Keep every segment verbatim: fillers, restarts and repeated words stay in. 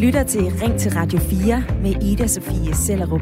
lytter til Ring til Radio fire med Ida Sofie Sellerup.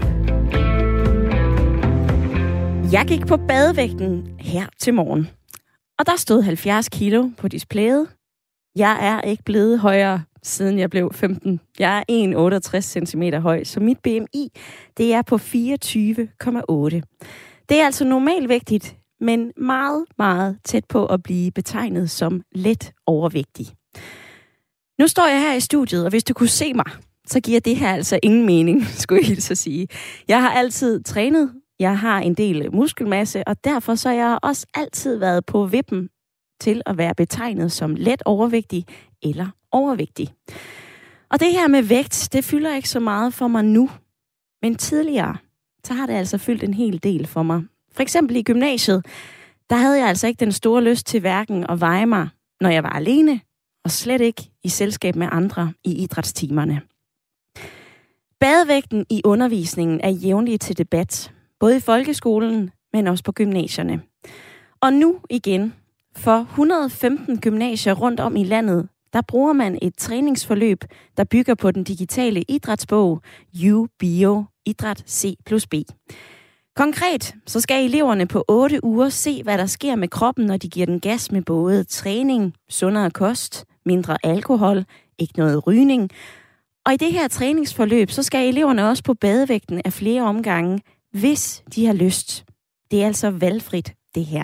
Jeg gik på badevægten her til morgen, og der stod halvfjerds kilo på displayet. Jeg er ikke blevet højere, siden jeg blev femten. Jeg er en komma otteogtres centimeter høj, så mit B M I det er på fireogtyve komma otte. Det er altså normalvægtigt, men meget, meget tæt på at blive betegnet som let overvægtig. Nu står jeg her i studiet, og hvis du kunne se mig, så giver det her altså ingen mening, skulle jeg hilse at sige. Jeg har altid trænet, jeg har en del muskelmasse, og derfor så har jeg også altid været på vippen til at være betegnet som let overvægtig eller overvægtig. Og det her med vægt, det fylder ikke så meget for mig nu, men tidligere, så har det altså fyldt en hel del for mig. For eksempel i gymnasiet, der havde jeg altså ikke den store lyst til hverken at veje mig, når jeg var alene, og slet ikke i selskab med andre i idrætstimerne. Badevægten i undervisningen er jævnligt til debat, både i folkeskolen, men også på gymnasierne. Og nu igen, for et hundrede og femten gymnasier rundt om i landet, der bruger man et træningsforløb, der bygger på den digitale idrætsbog YouBio Idræt C plus B. Konkret så skal eleverne på otte uger se, hvad der sker med kroppen, når de giver den gas med både træning, sundere kost, mindre alkohol, ikke noget rygning. Og i det her træningsforløb, så skal eleverne også på badevægten af flere omgange, hvis de har lyst. Det er altså valgfrit, det her.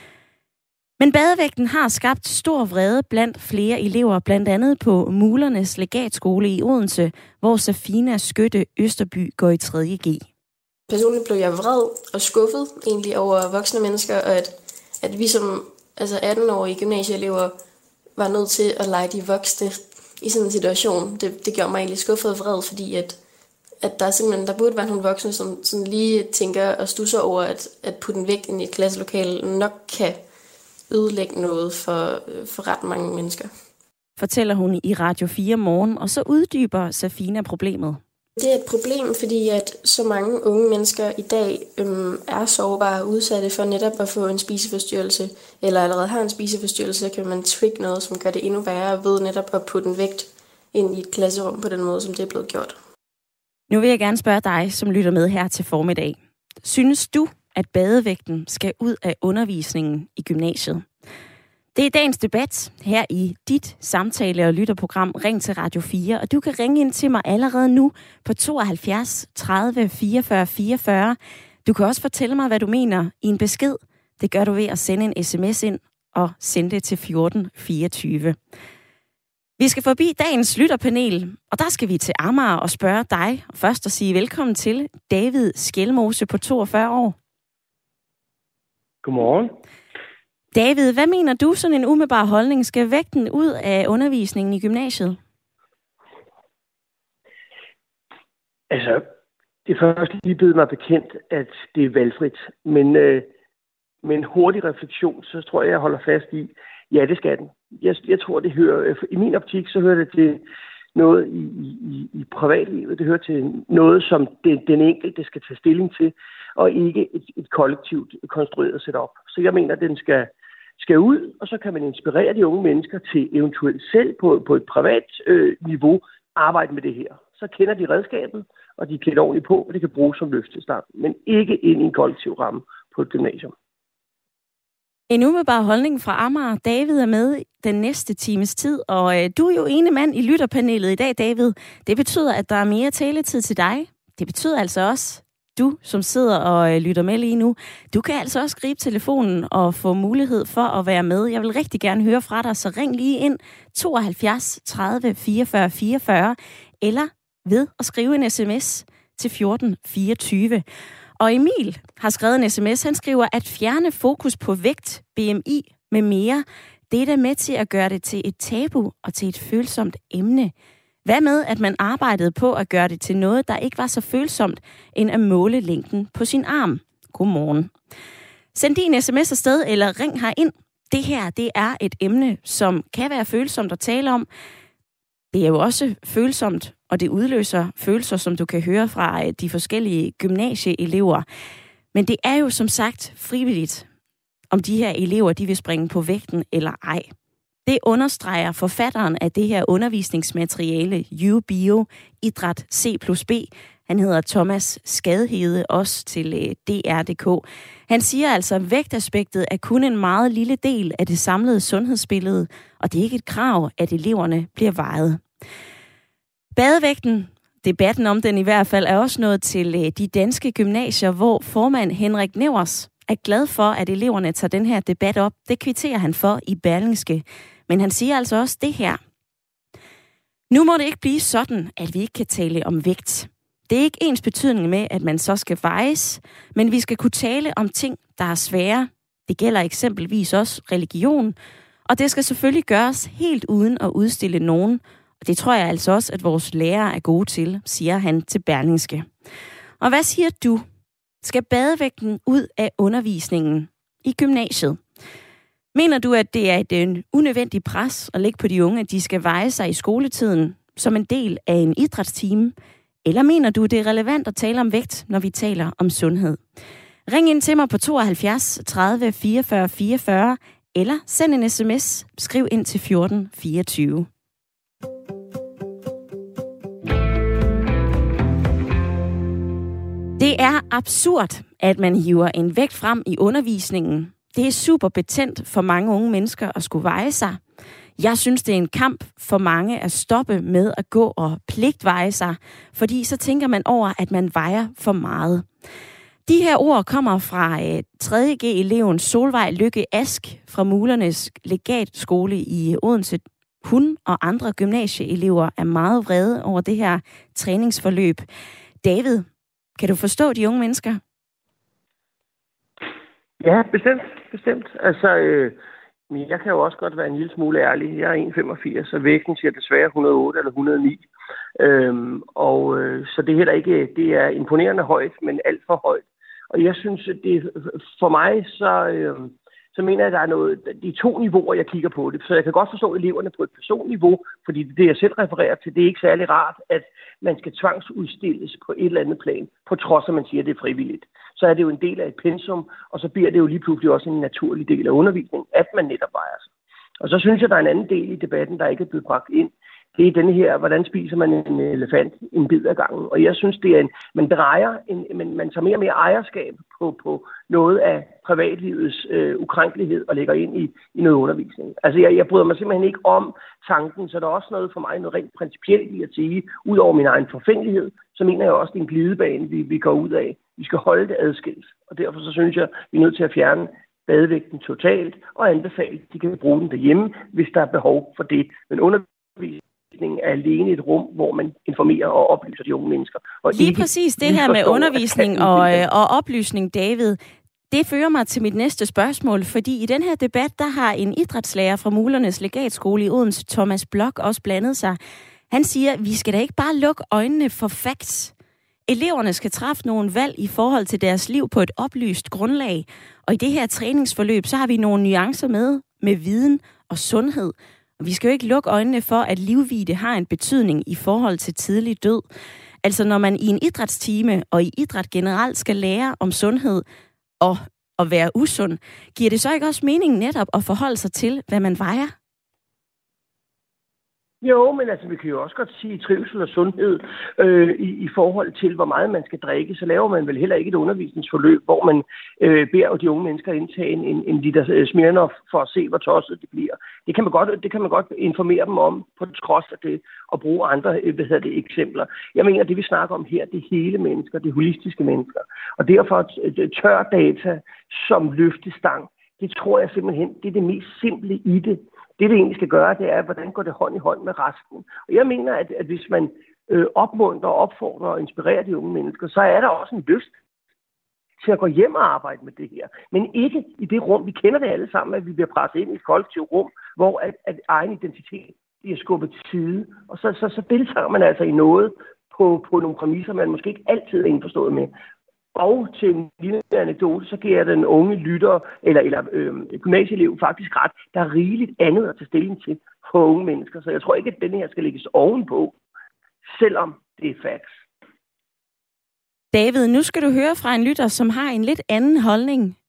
Men badevægten har skabt stor vrede blandt flere elever, blandt andet på Mulernes Legatskole i Odense, hvor Safina Skytte Østerby går i tredje G. Personligt blev jeg vred og skuffet egentlig over voksne mennesker, og at, at vi som altså atten-årige gymnasieelever var nødt til at lege de voksne i sådan en situation. Det, det gjorde mig egentlig skuffet og vred, fordi at, at der simpelthen der burde være nogle voksne, som sådan lige tænker og stusser over, at, at putte en vægt ind i et klasselokale nok kan ødelægge noget for, for ret mange mennesker. Fortæller hun i Radio fire Morgen, og så uddyber Safina problemet. Det er et problem, fordi at så mange unge mennesker i dag øhm, er sårbare og udsatte for netop at få en spiseforstyrrelse, eller allerede har en spiseforstyrrelse, så kan man trigge noget, som gør det endnu værre ved netop at putte en vægt ind i et klasserum på den måde, som det er blevet gjort. Nu vil jeg gerne spørge dig, som lytter med her til formiddag. Synes du, at badevægten skal ud af undervisningen i gymnasiet? Det er dagens debat her i dit samtale- og lytterprogram Ring til Radio fire, og du kan ringe ind til mig allerede nu på tooghalvfjerds tredive fireogfyrre fireogfyrre. Du kan også fortælle mig, hvad du mener i en besked. Det gør du ved at sende en sms ind og sende det til fjorten fireogtyve. Vi skal forbi dagens lytterpanel, og der skal vi til Amager og spørge dig. Først at sige velkommen til David Skelmose på toogfyrre år. Godmorgen. David, hvad mener du, sådan en umiddelbar holdning? Skal vægten ud af undervisningen i gymnasiet? Altså, det er først lige blevet mig bekendt, at det er valgfrit. Men øh, med en hurtig refleksion, så tror jeg, jeg holder fast i, ja, det skal den. Jeg, jeg tror, det hører, i min optik, så hører det til noget i, i, i privatlivet. Det hører til noget, som det, den enkelte skal tage stilling til, og ikke et, et kollektivt konstrueret setup. Så jeg mener, at den skal, skal ud, og så kan man inspirere de unge mennesker til eventuelt selv på, på et privat øh, niveau arbejde med det her. Så kender de redskabet, og de er klædt ordentligt på, og det kan bruges som løftestang, men ikke ind i en kollektiv ramme på et gymnasium. En umiddelbar holdning fra Amager. David er med den næste times tid, og øh, du er jo ene mand i lytterpanelet i dag, David. Det betyder, at der er mere taletid til dig. Det betyder altså også, du som sidder og øh, lytter med lige nu, du kan altså også gribe telefonen og få mulighed for at være med. Jeg vil rigtig gerne høre fra dig, så ring lige ind tooghalvfjerds tredive fireogfyrre fireogfyrre, eller ved at skrive en sms til fjorten fireogtyve. Og Emil har skrevet en sms. Han skriver, at fjerne fokus på vægt, B M I med mere, det er da med til at gøre det til et tabu og til et følsomt emne. Hvad med, at man arbejdede på at gøre det til noget, der ikke var så følsomt, end at måle længden på sin arm? Godmorgen. Send din sms afsted, eller ring herind. Det her, det er et emne, som kan være følsomt at tale om. Det er jo også følsomt, og det udløser følelser, som du kan høre fra de forskellige gymnasieelever. Men det er jo som sagt frivilligt, om de her elever de vil springe på vægten eller ej. Det understreger forfatteren af det her undervisningsmateriale, U-Bio, Idræt C plus B. Han hedder Thomas Skadhede, også til D R punktum d k. Han siger altså, at vægtaspektet er kun en meget lille del af det samlede sundhedsbillede, og det er ikke et krav, at eleverne bliver vejet. Badevægten, debatten om den i hvert fald, er også nået til de danske gymnasier, hvor formand Henrik Nevers er glad for, at eleverne tager den her debat op. Det kvitterer han for i Berlingske. Men han siger altså også det her. Nu må det ikke blive sådan, at vi ikke kan tale om vægt. Det er ikke ens betydning med, at man så skal vejes, men vi skal kunne tale om ting, der er svære. Det gælder eksempelvis også religion, og det skal selvfølgelig gøres helt uden at udstille nogen. Og det tror jeg altså også, at vores lærere er gode til, siger han til Berlingske. Og hvad siger du? Skal badevægten ud af undervisningen i gymnasiet? Mener du, at det er et unødvendigt pres at lægge på de unge, at de skal veje sig i skoletiden som en del af en idrætstime? Eller mener du, det er relevant at tale om vægt, når vi taler om sundhed? Ring ind til mig på tooghalvfjerds tredive fireogfyrre fireogfyrre, eller send en sms. Skriv ind til fjorten fireogtyve. Det er absurd, at man hiver en vægt frem i undervisningen. Det er super betændt for mange unge mennesker at skulle veje sig. Jeg synes, det er en kamp for mange at stoppe med at gå og pligtveje sig, fordi så tænker man over, at man vejer for meget. De her ord kommer fra tredje G-eleven Solvej Lykke Ask fra Mulernes Legatskole i Odense. Hun og andre gymnasieelever er meget vrede over det her træningsforløb. David, kan du forstå de unge mennesker? Ja, bestemt. bestemt. Altså, øh, jeg kan jo også godt være en lille smule ærlig. Jeg er en komma femogfirs, så vægten siger desværre et hundrede og otte eller et hundrede og ni. Øhm, og øh, så det er heller ikke, det er imponerende højt, men alt for højt. Og jeg synes, at det for mig, så, øh, så mener jeg, at der er noget, de to niveauer, jeg kigger på det. Så jeg kan godt forstå eleverne på et personniveau, fordi det, jeg selv refererer til, det er ikke særlig rart, at man skal tvangsudstilles på et eller andet plan, på trods af, at man siger, at det er frivilligt. Så er det jo en del af et pensum, og så bliver det jo lige pludselig også en naturlig del af undervisningen, at man netop vejer sig. Og så synes jeg, der er en anden del i debatten, der ikke er blevet bragt ind. Det er denne her, hvordan spiser man en elefant en bid af gangen. Og jeg synes, det er en, man drejer, en, man, man tager mere og mere ejerskab på, på noget af privatlivets øh, ukrænkelighed og lægger ind i, i noget undervisning. Altså, jeg, jeg bryder mig simpelthen ikke om tanken, så der er også noget for mig, noget rent principielt i at sige, ud over min egen forfængelighed, så mener jeg også, det er en glidebane, vi, vi går ud af. Vi skal holde det adskilt, og derfor så synes jeg, vi er nødt til at fjerne badevægten totalt og anbefale, at de kan bruge den derhjemme, hvis der er behov for det. Men undervisning er alene et rum, hvor man informerer og oplyser de unge mennesker. Og lige præcis det her med undervisning og, og oplysning, David, det fører mig til mit næste spørgsmål, fordi i den her debat, der har en idrætslærer fra Mulernes Legatskole i Odense, Thomas Blok, også blandet sig. Han siger, at vi skal da ikke bare lukke øjnene for facts. Eleverne skal træffe nogle valg i forhold til deres liv på et oplyst grundlag. Og i det her træningsforløb, så har vi nogle nuancer med, med viden og sundhed. Og vi skal jo ikke lukke øjnene for, at livvide har en betydning i forhold til tidlig død. Altså når man i en idrætstime og i idræt generelt skal lære om sundhed og at være usund, giver det så ikke også mening netop at forholde sig til, hvad man vejer? Jo, men altså, vi kan jo også godt sige trivsel og sundhed øh, i, i forhold til, hvor meget man skal drikke. Så laver man vel heller ikke et undervisningsforløb, hvor man øh, beder de unge mennesker indtage en, en, en liter Smirnoff for at se, hvor tosset det bliver. Det kan man godt, det kan man godt informere dem om, på trods af det, og bruge andre hvad hedder det, eksempler. Jeg mener, det vi snakker om her, det er hele mennesker, det er holistiske mennesker. Og derfor tør data som løftestang, det tror jeg simpelthen, det er det mest simple i det. Det, det egentlig skal gøre, det er, hvordan går det hånd i hånd med resten. Og jeg mener, at, at hvis man øh, opmuntrer, opfordrer og inspirerer de unge mennesker, så er der også en lyst til at gå hjem og arbejde med det her. Men ikke i det rum, vi kender det alle sammen, at vi bliver presset ind i et kollektivt rum, hvor at, at egen identitet bliver skubbet til side. Og så, så, så deltager man altså i noget på, på nogle præmisser, man måske ikke altid er indforstået med. Og til en lille anekdote, så giver den unge lytter, eller, eller øh, gymnasieelev faktisk ret, der er rigeligt andet at tage stilling til for unge mennesker. Så jeg tror ikke, at den her skal lægges ovenpå, selvom det er facts. David, nu skal du høre fra en lytter, som har en lidt anden holdning.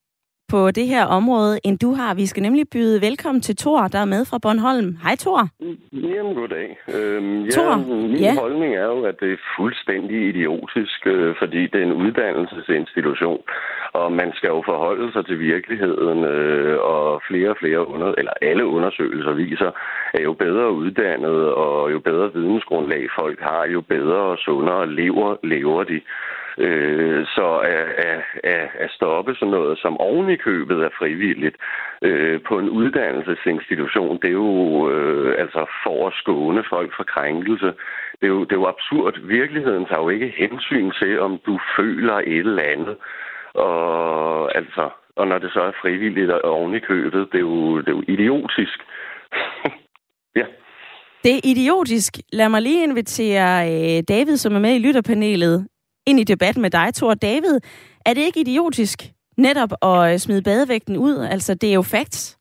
på det her område, end du har. Vi skal nemlig byde velkommen til Thor, der er med fra Bornholm. Hej Thor. Jamen, goddag. Øhm, ja, Thor, min ja. holdning er jo, at det er fuldstændig idiotisk, øh, fordi det er en uddannelsesinstitution, og man skal jo forholde sig til virkeligheden, øh, og flere og flere, under, eller alle undersøgelser viser, at jo bedre uddannet og jo bedre vidensgrundlag folk har, jo bedre og sundere lever, lever de. Øh, så at, at, at stoppe sådan noget, som oven i købet er frivilligt øh, på en uddannelsesinstitution, det er jo øh, altså for at skåne folk for krænkelse. Det er, jo, det er jo absurd. Virkeligheden tager jo ikke hensyn til, om du føler et eller andet. Og, altså, og når det så er frivilligt og oven i købet, det er jo, det er jo idiotisk. Ja. Det er idiotisk. Lad mig lige invitere øh, David, som er med i lytterpanelet, ind i debatten med dig, Thor. David, er det ikke idiotisk netop at smide badevægten ud? Altså, det er jo facts.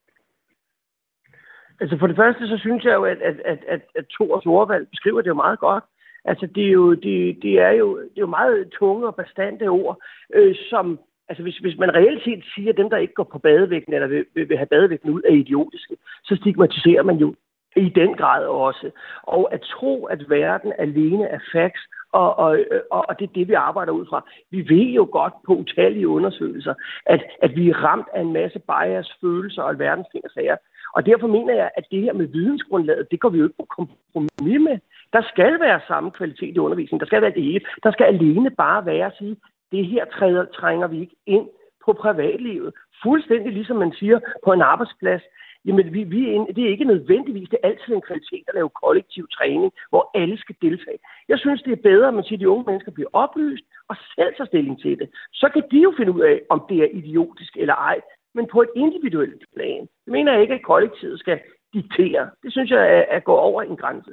Altså for det første, så synes jeg jo, at, at, at, at, at Thors ordvalg beskriver det jo meget godt. Altså det er jo, det, det er jo, det er jo meget tunge og bastante ord, øh, som, altså hvis, hvis man reelt set siger, at dem, der ikke går på badevægten, eller vil, vil have badevægten ud, er idiotiske, så stigmatiserer man jo i den grad også. Og at tro, at verden alene er facts, og, og, og det er det, vi arbejder ud fra. Vi ved jo godt på utallige undersøgelser, at, at vi er ramt af en masse bias, følelser og alverdens ting og sager. Og derfor mener jeg, at det her med vidensgrundlaget, det går vi jo ikke på kompromis med. Der skal være samme kvalitet i undervisningen. Der skal være det hele. Der skal alene bare være at sige, det her træder, trænger vi ikke ind på privatlivet. Fuldstændig ligesom man siger på en arbejdsplads. Jamen, vi, vi, det er ikke nødvendigvis, det er altid en kvalitet at lave kollektiv træning, hvor alle skal deltage. Jeg synes, det er bedre, at man siger, at de unge mennesker bliver oplyst og selv tager stilling til det. Så kan de jo finde ud af, om det er idiotisk eller ej, men på et individuelt plan. Det mener jeg ikke, at kollektivet skal diktere. Det synes jeg er at gå over en grænse.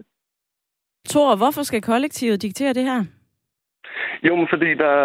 Thor, hvorfor skal kollektivet diktere det her? Jo, men fordi der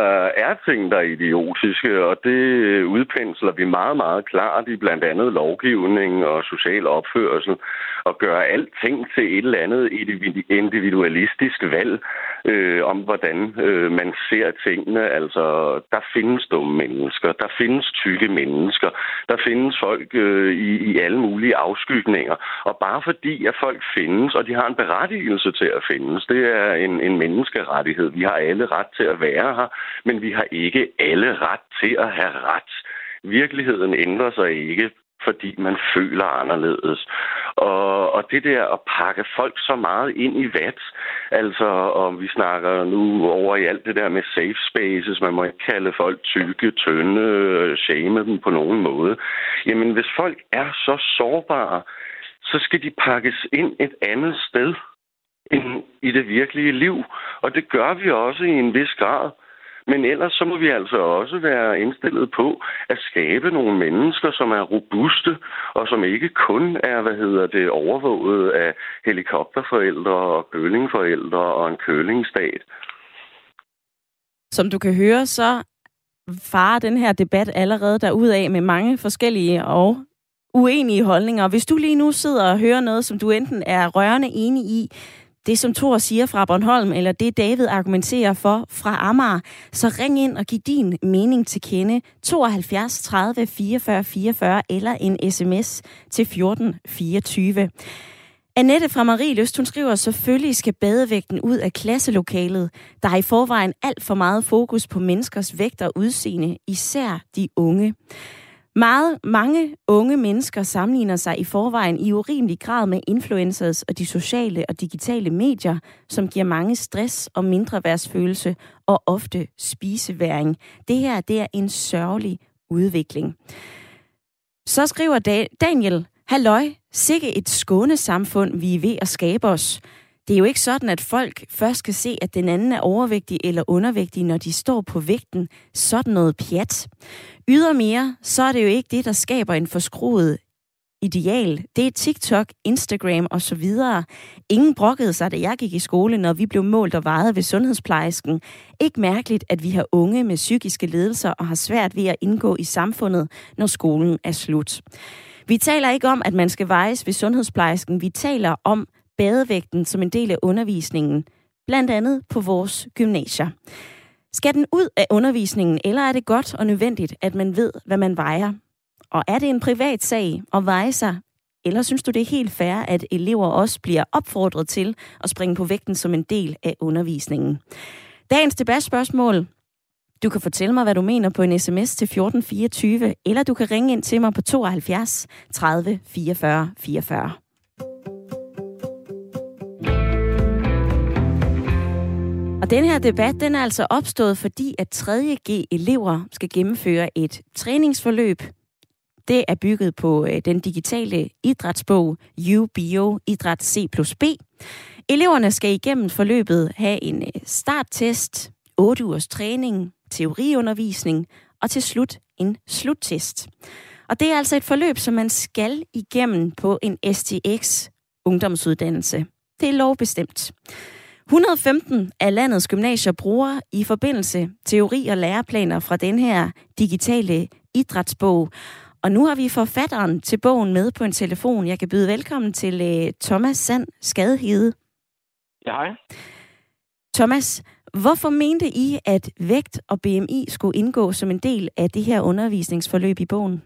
er ting, der er idiotiske, og det udpensler vi meget, meget klart i blandt andet lovgivning og social opførsel, og gør alting til et eller andet individualistisk valg øh, om, hvordan øh, man ser tingene. Altså, der findes dumme mennesker, der findes tykke mennesker, der findes folk øh, i, i alle mulige afskygninger, og bare fordi, at folk findes, og de har en berettigelse til at findes, det er en, en menneskerettighed. Vi har alle ret til at være her, men vi har ikke alle ret til at have ret. Virkeligheden ændrer sig ikke, fordi man føler anderledes. Og, og det der at pakke folk så meget ind i vat, altså om vi snakker nu over i alt det der med safe spaces, man må ikke kalde folk tykke, tynde, shame dem på nogen måde. Jamen hvis folk er så sårbare, så skal de pakkes ind et andet sted end i det virkelige liv. Og det gør vi også i en vis grad. Men ellers så må vi altså også være indstillet på at skabe nogle mennesker, som er robuste, og som ikke kun er, hvad hedder det, overvåget af helikopterforældre og kølingforældre og en kølingstat. Som du kan høre, så farer den her debat allerede derudad med mange forskellige og uenige holdninger. Hvis du lige nu sidder og hører noget, som du enten er rørende enig i, det som Thor siger fra Bornholm, eller det David argumenterer for fra Amager, så ring ind og giv din mening til kende. tooghalvfjerds tredive fireogfyrre fireogfyrre eller en sms til fjorten fireogtyve. Annette fra Marielyst, hun skriver, selvfølgelig skal badevægten ud af klasselokalet. Der er i forvejen alt for meget fokus på menneskers vægt og udseende, især de unge. Meget, mange unge mennesker sammenligner sig i forvejen i urimelig grad med influencers og de sociale og digitale medier, som giver mange stress og mindreværdsfølelse og ofte spiseværing. Det her, det er en sørgelig udvikling. Så skriver Daniel, halløj, sikke et skånesamfund, vi er ved at skabe os. Det er jo ikke sådan, at folk først skal se, at den anden er overvægtig eller undervægtig, når de står på vægten. Sådan noget pjat. Ydermere, så er det jo ikke det, der skaber en forskruet ideal. Det er TikTok, Instagram og så videre. Ingen brokkede sig, da jeg gik i skole, når vi blev målt og vejet ved sundhedsplejersken. Ikke mærkeligt, at vi har unge med psykiske lidelser og har svært ved at indgå i samfundet, når skolen er slut. Vi taler ikke om, at man skal vejes ved sundhedsplejersken. Vi taler om badevægten som en del af undervisningen, blandt andet på vores gymnasier. Skal den ud af undervisningen, eller er det godt og nødvendigt, at man ved, hvad man vejer? Og er det en privat sag at veje sig? Eller synes du, det er helt fair, at elever også bliver opfordret til at springe på vægten som en del af undervisningen? Dagens debatspørgsmål. Du kan fortælle mig, hvad du mener på en sms til fjorten fireogtyve, eller du kan ringe ind til mig på tooghalvfjerds tredive fireogfyrre fireogfyrre. Og den her debat, den er altså opstået, fordi at tredje G-elever skal gennemføre et træningsforløb. Det er bygget på øh, den digitale idrætsbog U B O Idræt C plus B. Eleverne skal igennem forløbet have en øh, starttest, otte ugers træning, teoriundervisning og til slut en sluttest. Og det er altså et forløb, som man skal igennem på en S T X ungdomsuddannelse. Det er lovbestemt. et hundrede og femten af landets gymnasier bruger i forbindelse teori- og læreplaner fra den her digitale idrætsbog. Og nu har vi forfatteren til bogen med på en telefon. Jeg kan byde velkommen til uh, Thomas Sand Skadehede. Ja, hej. Thomas, hvorfor mente I, at vægt og B M I skulle indgå som en del af det her undervisningsforløb i bogen?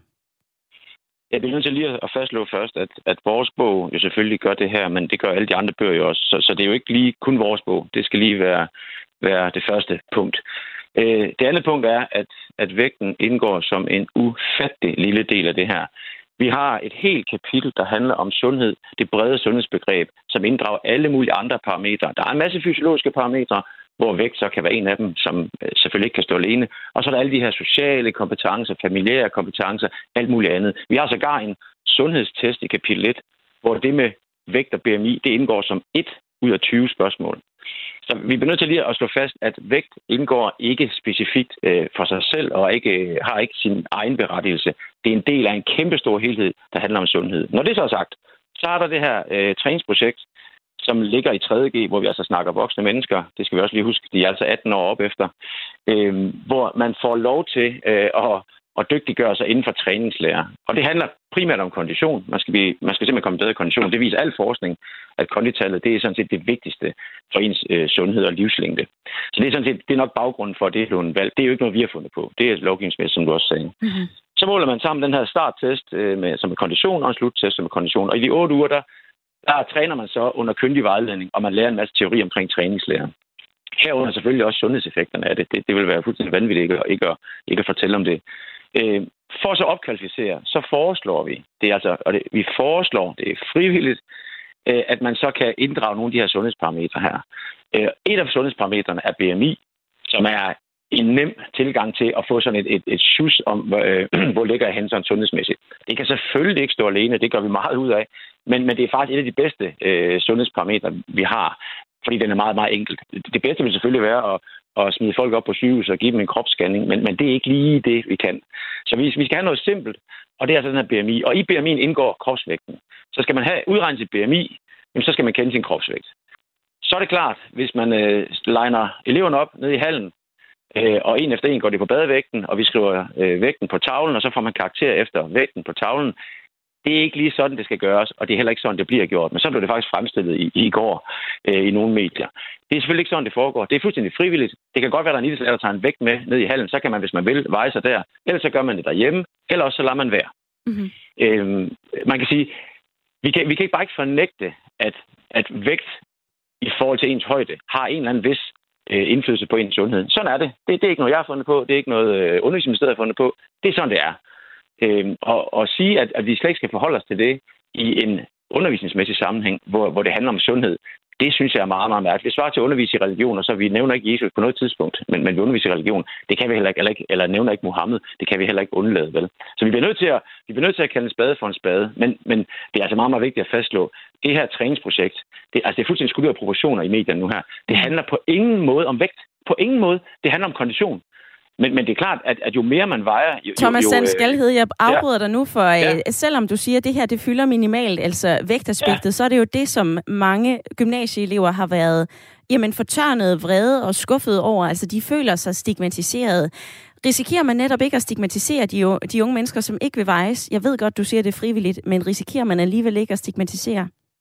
Jeg bliver nødt til lige at fastslå først, at, at vores bog jo selvfølgelig gør det her, men det gør alle de andre bøger jo også. Så, så det er jo ikke lige kun vores bog. Det skal lige være, være det første punkt. Øh, det andet punkt er, at, at vægten indgår som en ufattelig lille del af det her. Vi har et helt kapitel, der handler om sundhed, det brede sundhedsbegreb, som inddrager alle mulige andre parametre. Der er en masse fysiologiske parametre, hvor vægt så kan være en af dem, som selvfølgelig ikke kan stå alene. Og så er der alle de her sociale kompetencer, familiære kompetencer, alt muligt andet. Vi har sågar en sundhedstest i kapitel et, hvor det med vægt og B M I, det indgår som et ud af tyve spørgsmål. Så vi bliver nødt til lige at slå fast, at vægt indgår ikke specifikt øh, for sig selv og ikke, øh, har ikke sin egen berettigelse. Det er en del af en kæmpestor helhed, der handler om sundhed. Når det så er sagt, så er der det her øh, træningsprojekt, som ligger i tredje G, hvor vi altså snakker voksne mennesker. Det skal vi også lige huske, de er altså atten år op efter. Øh, hvor man får lov til øh, at, at dygtiggøre sig inden for træningslære. Og det handler primært om kondition. Man skal, blive, man skal simpelthen komme bedre i kondition. Det viser al forskning, at konditallet, det er sådan set det vigtigste for ens øh, sundhed og livslængde. Så det er sådan set, det er nok baggrunden for, at det er blevet valgt. Det er jo ikke noget, vi har fundet på. Det er lovgivningsmæssigt, som du også sagde. Mm-hmm. Så måler man sammen den her starttest øh, med, som er kondition og en sluttest som er kondition. Og i de otte uger, der Der træner man så under kyndig vejledning, og man lærer en masse teori omkring træningslære. Herunder selvfølgelig også sundhedseffekterne af det. Det, det vil være fuldstændig vanvittigt ikke, ikke, at, ikke at fortælle om det. Øh, for så at opkvalificere, så foreslår vi, det er altså, og det, vi foreslår, det er frivilligt, øh, at man så kan inddrage nogle af de her sundhedsparametre her. Øh, et af sundhedsparametrene er B M I, som er en nem tilgang til at få sådan et, et, et sjus om, øh, hvor ligger jeg hen sådan sundhedsmæssigt. Det kan selvfølgelig ikke stå alene, det gør vi meget ud af, men, men det er faktisk et af de bedste øh, sundhedsparametre, vi har, fordi den er meget, meget enkelt. Det bedste vil selvfølgelig være at, at smide folk op på sygehus og give dem en kropsscanning, men, men det er ikke lige det, vi kan. Så vi, vi skal have noget simpelt, og det er altså den her B M I. Og i B M I'en indgår kropsvægten. Så skal man have udregnet sit B M I, jamen, så skal man kende sin kropsvægt. Så er det klart, hvis man øh, liner eleverne op nede i hallen, øh, og en efter en går det på badevægten, og vi skriver øh, vægten på tavlen, og så får man karakter efter vægten på tavlen. Det er ikke lige sådan, det skal gøres, og det er heller ikke sådan, det bliver gjort. Men så blev det faktisk fremstillet i, i går øh, i nogle medier. Det er selvfølgelig ikke sådan, det foregår. Det er fuldstændig frivilligt. Det kan godt være, at der er en idrætslærer, der tager en vægt med ned i hallen. Så kan man, hvis man vil, veje sig der. Ellers så gør man det derhjemme. Eller også så lader man være. Mm-hmm. Øhm, man kan sige, vi kan, vi kan ikke bare ikke fornægte, at, at vægt i forhold til ens højde har en eller anden vis øh, indflydelse på ens sundhed. Sådan er det. det. Det er ikke noget, jeg har fundet på. Det er ikke noget, øh, undervisningsministeriet har fundet på. Det er sådan, det er. Øhm, og, og sige, at, at vi slet ikke skal forholde os til det i en undervisningsmæssig sammenhæng, hvor, hvor det handler om sundhed, det synes jeg er meget, meget mærkeligt. Vi svarer til at undervise i religion, og så vi nævner ikke Jesus på noget tidspunkt, men, men vi underviser i religion. Det kan vi heller ikke, eller, ikke, eller nævner ikke Mohammed. Det kan vi heller ikke undlade, vel? Så vi bliver nødt til at, vi bliver nødt til at kalde en spade for en spade, men, men det er altså meget, meget vigtigt at fastslå. Det her træningsprojekt, det, altså det er fuldstændig skudt af proportioner i medierne nu her. Det handler på ingen måde om vægt. På ingen måde. Det handler om kondition. Men, men det er klart, at, at jo mere man vejer... Jo, Thomas jo, Sand Skadehede, jeg afbryder ja. dig nu, for ja. øh, selvom du siger, at det her det fylder minimalt, altså vægtaspektet, ja. så er det jo det, som mange gymnasieelever har været jamen, fortørnet, vrede og skuffet over. Altså, de føler sig stigmatiseret. Risikerer man netop ikke at stigmatisere de, de unge mennesker, som ikke vil vejes? Jeg ved godt, du siger, det er frivilligt, men risikerer man alligevel ikke at stigmatisere?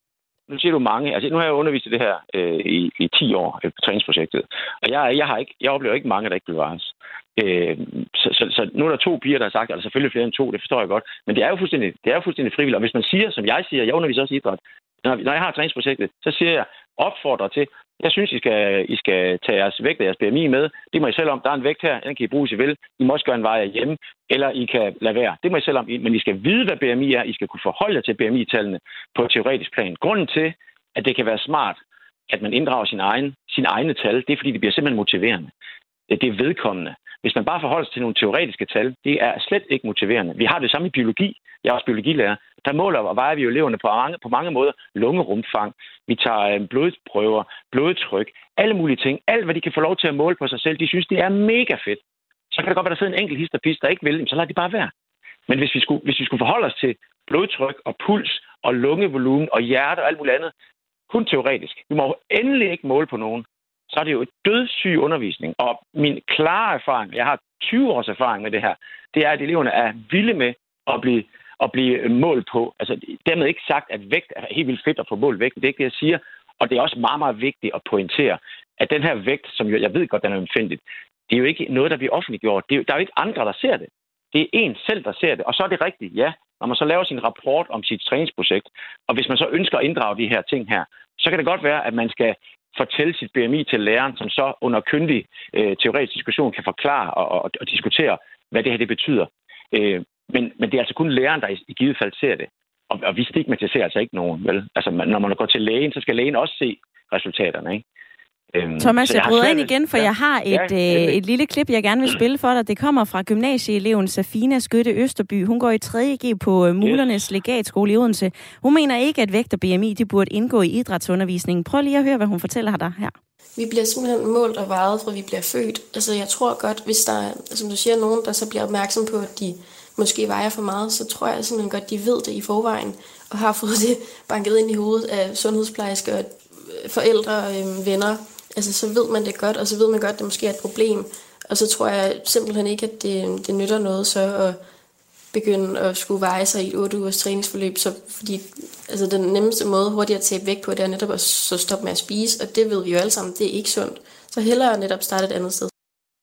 nu siger du mange, altså nu har jeg undervist i det her øh, i, i ti år på træningsprojektet, og jeg, jeg, har ikke, jeg oplever ikke mange, der ikke bevares. Øh, så, så, så nu er der to piger, der har sagt, altså selvfølgelig flere end to, det forstår jeg godt, men det er jo fuldstændig, det er jo fuldstændig frivilligt, og hvis man siger, som jeg siger, jeg underviser også i idræt, når, når jeg har træningsprojektet, så siger jeg, opfordrer til, jeg synes, I skal, I skal tage jeres vægt og jeres B M I med. Det må I selv om. Der er en vægt her, den kan I bruge, hvis I vil. I må også gøre en vej hjemme, eller I kan lade være. Det må I selv om. Men I skal vide, hvad B M I er. I skal kunne forholde jer til B M I-tallene på et teoretisk plan. Grunden til, at det kan være smart, at man inddrager sin egen, sin egne tal, det er, fordi det bliver simpelthen motiverende. Det er vedkommende. Hvis man bare forholder sig til nogle teoretiske tal, det er slet ikke motiverende. Vi har det samme i biologi. Jeg er også biologilærer. Der måler og vejer vi jo eleverne på mange, på mange måder. Lungerumfang. Vi tager blodprøver, blodtryk, alle mulige ting. Alt, hvad de kan få lov til at måle på sig selv, de synes, det er mega fedt. Så kan det godt være, der sidder en enkelt histerpist, der ikke vil, så lader de bare være. Men hvis vi skulle, hvis vi skulle forholde os til blodtryk og puls og lungevolumen og hjerte og alt muligt andet, kun teoretisk. Vi må jo endelig ikke måle på nogen. Så er det jo et dødssyg undervisning. Og min klare erfaring, jeg har tyve års erfaring med det her, det er, at eleverne er vilde med at blive, at blive målt på. Altså, dermed ikke sagt, at vægt er helt vildt fedt at få målt vægt. Det er ikke det, jeg siger. Og det er også meget, meget vigtigt at pointere, at den her vægt, som jo, jeg ved godt, den er omfændigt, det er jo ikke noget, der bliver offentliggjort. Det er, der er jo ikke andre, der ser det. Det er en selv, der ser det. Og så er det rigtigt, ja. Når man så laver sin rapport om sit træningsprojekt, og hvis man så ønsker at inddrage de her ting her, så kan det godt være, at man skal fortælle sit B M I til læreren, som så under kyndig øh, teoretisk diskussion kan forklare og, og, og diskutere, hvad det her det betyder. Øh, men, men det er altså kun læreren, der i, i givet fald ser det. Og, og vi stigmatiserer altså ikke nogen, vel? Altså, man, når man går til lægen, så skal lægen også se resultaterne, ikke? Øhm, Thomas, jeg, jeg bryder ind igen, for ja, jeg har et, ja, øh, et lille klip, jeg gerne vil spille for dig. Det kommer fra gymnasieeleven Safina Skytte Østerby. Hun går i tredje G på uh, Mulernes yes. Legatskole i Odense. Hun mener ikke, at vægt og B M I de burde indgå i idrætsundervisningen. Prøv lige at høre, hvad hun fortæller dig her. Vi bliver simpelthen målt og vejet, fra vi bliver født. Altså, jeg tror godt, hvis der er, som du siger, nogen, der så bliver opmærksom på, at de måske vejer for meget, så tror jeg simpelthen godt, de ved det i forvejen, og har fået det banket ind i hovedet af sundhedsplejersker, forældre, øh, venner. Altså, så ved man det godt, og så ved man godt, at det måske er et problem. Og så tror jeg simpelthen ikke, at det, det nytter noget så at begynde at skulle veje sig i et otte ugers træningsforløb. Så, fordi altså, den nemmeste måde hurtigt at tabe vægt på, det er netop at så stoppe med at spise. Og det ved vi jo alle sammen, det er ikke sundt. Så hellere netop starte et andet sted.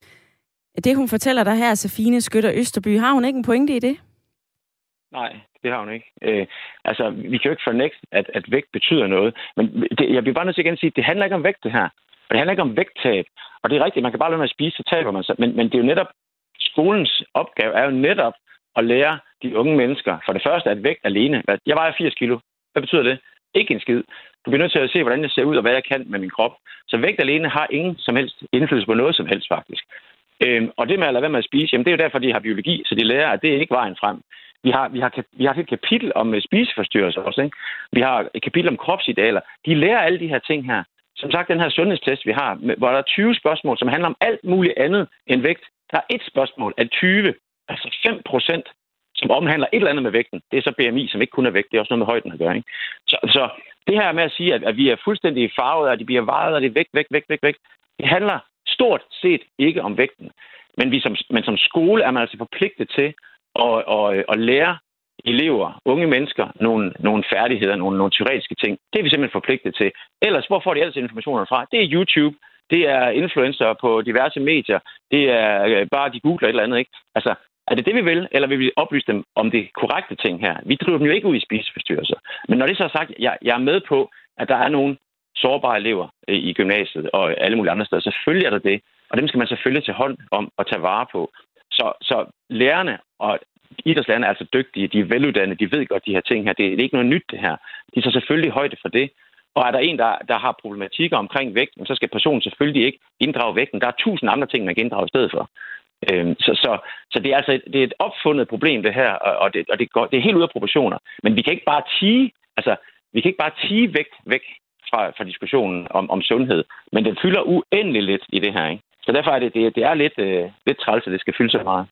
Det, hun fortæller dig her, Safine Skytter Østerby, har hun ikke en pointe i det? Nej, det har hun ikke. Øh, altså, vi kan jo ikke fornægte, at, at vægt betyder noget. Men det, jeg bliver bare nødt til at sige, at det handler ikke om vægt, det her. Og det handler ikke om vægttab. Og det er rigtigt, man kan bare lade med at spise, så taber man sig. Men, men det er jo netop, skolens opgave er jo netop at lære de unge mennesker, for det første, at vægt alene. Jeg vejer firs kilo. Hvad betyder det? Ikke en skid. Du bliver nødt til at se, hvordan jeg ser ud, og hvad jeg kan med min krop. Så vægt alene har ingen som helst indflydelse på noget som helst, faktisk. Øhm, og det med at lade være med at spise, jamen det er jo derfor, de har biologi, så de lærer, at det er ikke vejen frem. Vi har, vi har, vi har et kapitel om spiseforstyrrelser også, ikke? Vi har et kapitel om kropsidealer. De lærer alle de her ting her. Som sagt, den her sundhedstest, vi har, hvor der er tyve spørgsmål, som handler om alt muligt andet end vægt. Der er et spørgsmål af tyve, altså fem procent, som omhandler et eller andet med vægten. Det er så B M I, som ikke kun er vægt. Det er også noget med højden at gøre, ikke? Så, så det her med at sige, at, at vi er fuldstændig farvet, at de bliver vejet, og det er vægt, vægt, vægt, vægt, vægt. Det handler stort set ikke om vægten. Men, vi som, men som skole er man altså forpligtet til at, at, at lære elever, unge mennesker, nogle, nogle færdigheder, nogle, nogle teoretiske ting. Det er vi simpelthen forpligtet til. Ellers, hvor får de ellers informationer fra? Det er YouTube, det er influencer på diverse medier, det er bare, de googler et eller andet, ikke? Altså, er det det, vi vil, eller vil vi oplyse dem om det korrekte ting her? Vi driver dem jo ikke ud i spiseforstyrrelser. Men når det så er sagt, jeg, jeg er med på, at der er nogle sårbare elever i gymnasiet og alle mulige andre steder. Selvfølgelig er der det, og dem skal man selvfølgelig tage hånd om og tage vare på. Så, så lærerne og idrætslærerne er altså dygtige, de er veluddannede, de ved godt de her ting her. Det er ikke noget nyt, det her. De tager selvfølgelig højde for det. Og er der en, der, der har problematikker omkring vægten, så skal personen selvfølgelig ikke inddrage vægten. Der er tusind andre ting, man kan inddrage i stedet for. Øhm, så, så, så det er altså et, det er et opfundet problem, det her, og, det, og det, går, det er helt ude af proportioner. Men vi kan ikke bare tige, altså, vi kan ikke bare tige vægt væk fra, fra diskussionen om, om sundhed. Men den fylder uendelig lidt i det her, ikke? Så derfor er det, det, det er lidt, øh, lidt træls, at det skal fylde så meget.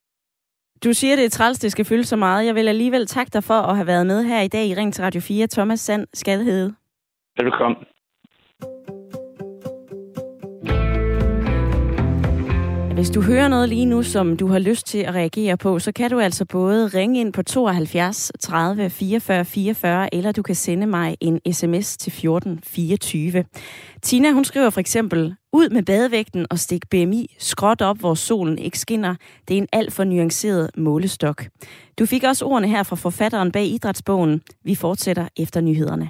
Du siger, det er træls, det skal fylde så meget. Jeg vil alligevel takke dig for at have været med her i dag i Ring til Radio fire. Thomas Sand Skalhede. Velkommen. Jeg hvis du hører noget lige nu, som du har lyst til at reagere på, så kan du altså både ringe ind på tooghalvfjerds tredive fireogfyrre fireogfyrre, eller du kan sende mig en sms til fjorten fireogtyve. Tina, hun skriver for eksempel, ud med badevægten og stik B M I skråt op, hvor solen ikke skinner. Det er en alt for nuanceret målestok. Du fik også ordene her fra forfatteren bag idrætsbogen. Vi fortsætter efter nyhederne.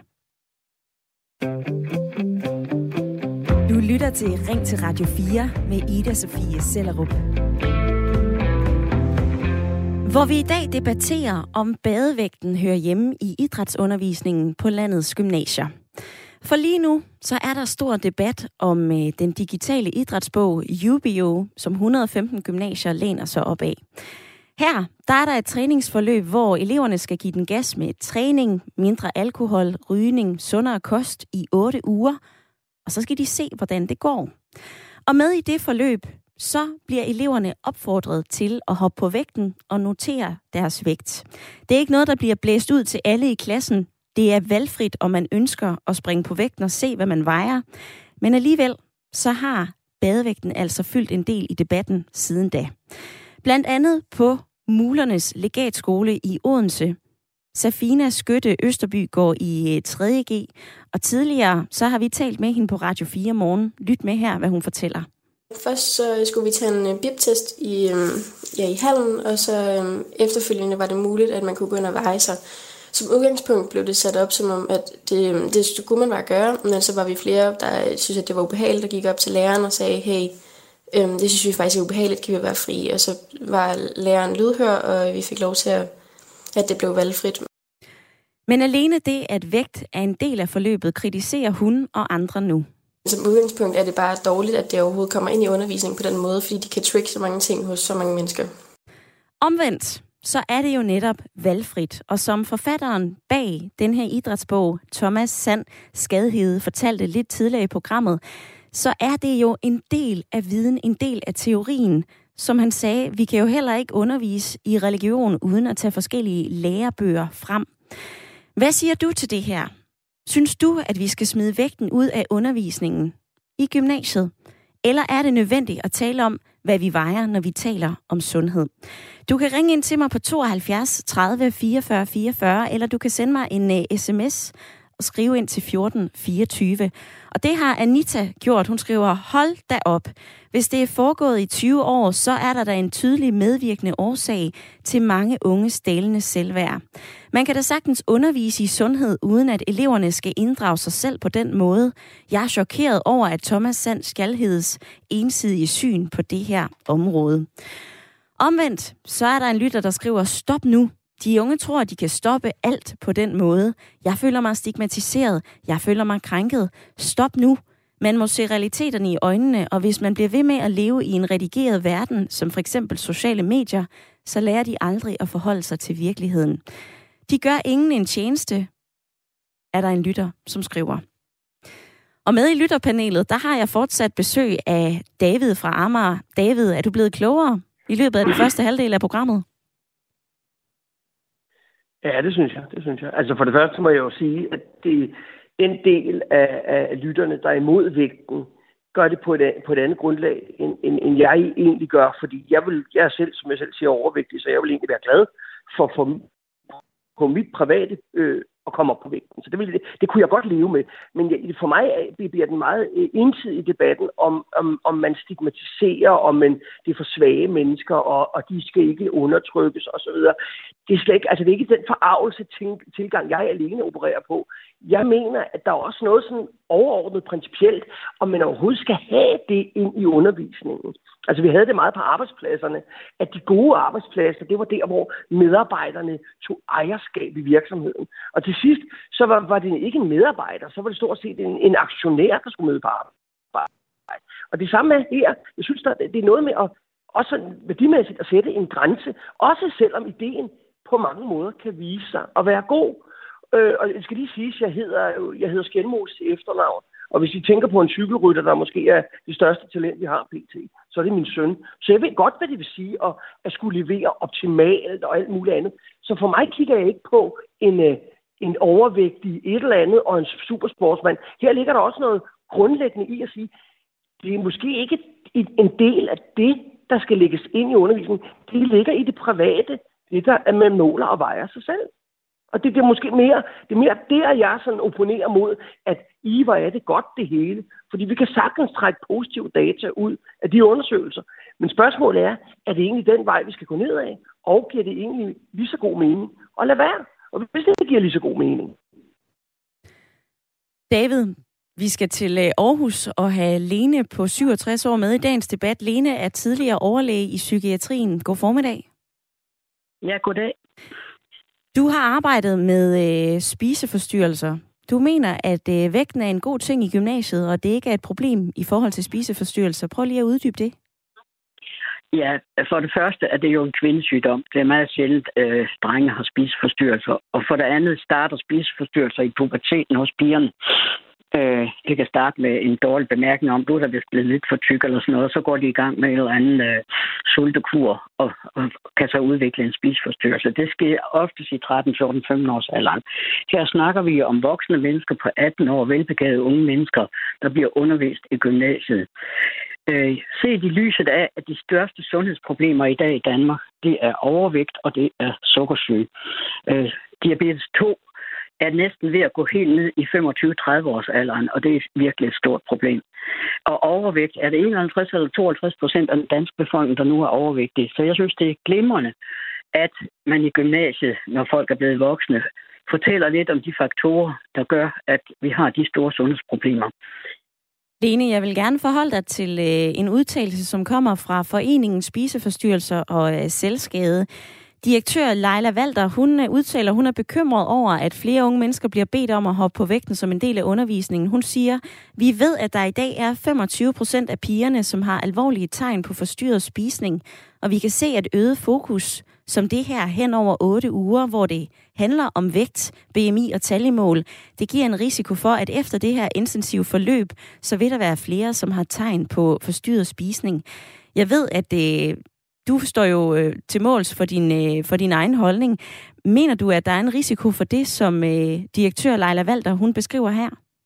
Du lytter til Ring til Radio fire med Ida Sofie Sellerup. Hvor vi i dag debatterer, om badevægten hører hjemme i idrætsundervisningen på landets gymnasier. For lige nu, så er der stor debat om øh, den digitale idrætsbog Ubio, som et hundrede og femten gymnasier læner sig op af. Her, der er der et træningsforløb, hvor eleverne skal give den gas med træning, mindre alkohol, rygning, sundere kost i otte uger, og så skal de se, hvordan det går. Og med i det forløb, så bliver eleverne opfordret til at hoppe på vægten og notere deres vægt. Det er ikke noget, der bliver blæst ud til alle i klassen. Det er valgfrit, om man ønsker at springe på vægten og se, hvad man vejer. Men alligevel, så har badevægten altså fyldt en del i debatten siden da. Blandt andet på Mulernes Legatskole i Odense. Safina Skytte Østerby går i tredje G, og tidligere så har vi talt med hende på Radio fire morgen. Lyt med her, hvad hun fortæller. Først så skulle vi tage en biptest i, ja, i hallen, og så øhm, efterfølgende var det muligt, at man kunne gå ind og veje sig. Som udgangspunkt blev det sat op som om, at det, det skulle man bare gøre, men så var vi flere, der synes, at det var ubehageligt, der gik op til læreren og sagde, hey, øhm, det synes vi faktisk er ubehageligt, kan vi være fri? Og så var læreren lydhør, og vi fik lov til, at, at det blev valgfrit. Men alene det, at vægt er en del af forløbet, kritiserer hun og andre nu. Som udgangspunkt er det bare dårligt, at det overhovedet kommer ind i undervisningen på den måde, fordi de kan tricke så mange ting hos så mange mennesker. Omvendt, så er det jo netop valgfrit. Og som forfatteren bag den her idrætsbog, Thomas Sand Skadhede, fortalte lidt tidligere i programmet, så er det jo en del af viden, en del af teorien. Som han sagde, vi kan jo heller ikke undervise i religion uden at tage forskellige lærebøger frem. Hvad siger du til det her? Synes du, at vi skal smide vægten ud af undervisningen i gymnasiet? Eller er det nødvendigt at tale om, hvad vi vejer, når vi taler om sundhed? Du kan ringe ind til mig på tooghalvfjerds tredive fireogfyrre fireogfyrre, eller du kan sende mig en uh, sms og skrive ind til fjorten fireogtyve. Og det har Anita gjort. Hun skriver, hold da op. Hvis det er foregået i tyve år, så er der da en tydelig medvirkende årsag til mange unges dalende selvværd. Man kan da sagtens undervise i sundhed, uden at eleverne skal inddrage sig selv på den måde. Jeg er chokeret over, at Thomas Sand Skadhedes ensidige syn på det her område. Omvendt, så er der en lytter, der skriver, stop nu. De unge tror, at de kan stoppe alt på den måde. Jeg føler mig stigmatiseret. Jeg føler mig krænket. Stop nu. Man må se realiteterne i øjnene, og hvis man bliver ved med at leve i en redigeret verden, som for eksempel sociale medier, så lærer de aldrig at forholde sig til virkeligheden. De gør ingen en tjeneste, er der en lytter, som skriver. Og med i lytterpanelet, der har jeg fortsat besøg af David fra Amager. David, er du blevet klogere i løbet af den første halvdel af programmet? Ja, det synes jeg. Det synes jeg. Altså for det første må jeg jo sige, at det, den del af, af lytterne, der er imod vægten, gør det på et, på et andet grundlag, end, end, end jeg egentlig gør. Fordi jeg, vil, jeg er selv, som jeg selv siger, overvægtig, så jeg vil egentlig være glad for, for på mit private øh, at komme op på vægten. Så det, vil, det, det kunne jeg godt leve med. Men jeg, for mig bliver den meget øh, ensidig i debatten, om, om, om man stigmatiserer, om man, det er for svage mennesker, og, og de skal ikke undertrykkes osv. Det er slet ikke, altså det er ikke den forarvelse tilgang, jeg alene opererer på. Jeg mener, at der er også noget sådan overordnet principielt, om man overhovedet skal have det ind i undervisningen. Altså vi havde det meget på arbejdspladserne, at de gode arbejdspladser, det var der, hvor medarbejderne tog ejerskab i virksomheden. Og til sidst, så var, var det ikke en medarbejder, så var det stort set en, en aktionær, der skulle møde på arbejde. Og det samme er her. Jeg synes, der, det er noget med at også værdimæssigt at sætte en grænse, også selvom ideen på mange måder kan vise sig at være god. Øh, og jeg skal lige sige, at jeg hedder, jeg hedder Skjelmos til efternavn. Og hvis I tænker på en cykelrytter, der måske er det største talent, vi har pt., så er det min søn. Så jeg ved godt, hvad det vil sige at, at skulle levere optimalt og alt muligt andet. Så for mig kigger jeg ikke på en, en overvægtig et eller andet og en supersportsmand. Her ligger der også noget grundlæggende i at sige, det er måske ikke en del af det, der skal lægges ind i undervisningen, det ligger i det private. Det der, at man måler og vejer sig selv. Og det, det er måske mere, det er mere der, jeg sådan opponerer mod, at I, hvor er det godt det hele. Fordi vi kan sagtens trække positive data ud af de undersøgelser. Men spørgsmålet er, er det egentlig den vej, vi skal gå ned af? Og giver det egentlig lige så god mening? Og lad være. Og hvis det ikke giver lige så god mening. David, vi skal til Aarhus og have Lene på syvogtres år med i dagens debat. Lene er tidligere overlæge i psykiatrien. God formiddag. Ja, goddag. Du har arbejdet med øh, spiseforstyrrelser. Du mener, at øh, vægten er en god ting i gymnasiet, og det ikke er et problem i forhold til spiseforstyrrelser. Prøv lige at uddybe det. Ja, for det første er det jo en kvindesygdom. Det er meget sjældent, at øh, drenge har spiseforstyrrelser. Og for det andet starter spiseforstyrrelser i puberteten hos pigerne. Øh, det kan starte med en dårlig bemærkning om, du er da vist blevet lidt for tyk eller sådan noget, så går de i gang med en eller anden øh, sultekur og, og kan så udvikle en spiseforstyrrelse. Det sker oftest i tretten, fjorten, femten års alderen. Her snakker vi om voksne mennesker på atten år, velbegavede unge mennesker, der bliver undervist i gymnasiet. Øh, set i lyset af, at de største sundhedsproblemer i dag i Danmark, det er overvægt og det er sukkersyge. Øh, diabetes to er næsten ved at gå helt ned i femogtyve til tredive års alderen, og det er virkelig et stort problem. Og overvægt er det enoghalvtreds eller tooghalvtreds procent af den danske befolkning, der nu er overvægtige. Så jeg synes, det er glimrende, at man i gymnasiet, når folk er blevet voksne, fortæller lidt om de faktorer, der gør, at vi har de store sundhedsproblemer. Lene, jeg vil gerne forholde dig til øh, en udtalelse, som kommer fra Foreningen Spiseforstyrrelser og øh, Selvskade. Direktør Leila Walter, hun udtaler, hun er bekymret over, at flere unge mennesker bliver bedt om at hoppe på vægten som en del af undervisningen. Hun siger, vi ved, at der i dag er femogtyve procent af pigerne, som har alvorlige tegn på forstyrret spisning, og vi kan se, at øget fokus som det her hen over otte uger, hvor det handler om vægt, B M I og taljemål, det giver en risiko for, at efter det her intensive forløb, så vil der være flere, som har tegn på forstyrret spisning. Jeg ved, at det Du står jo øh, til måls for din, øh, for din egen holdning. Mener du, at der er en risiko for det, som øh, direktør Leila Walter, hun beskriver her?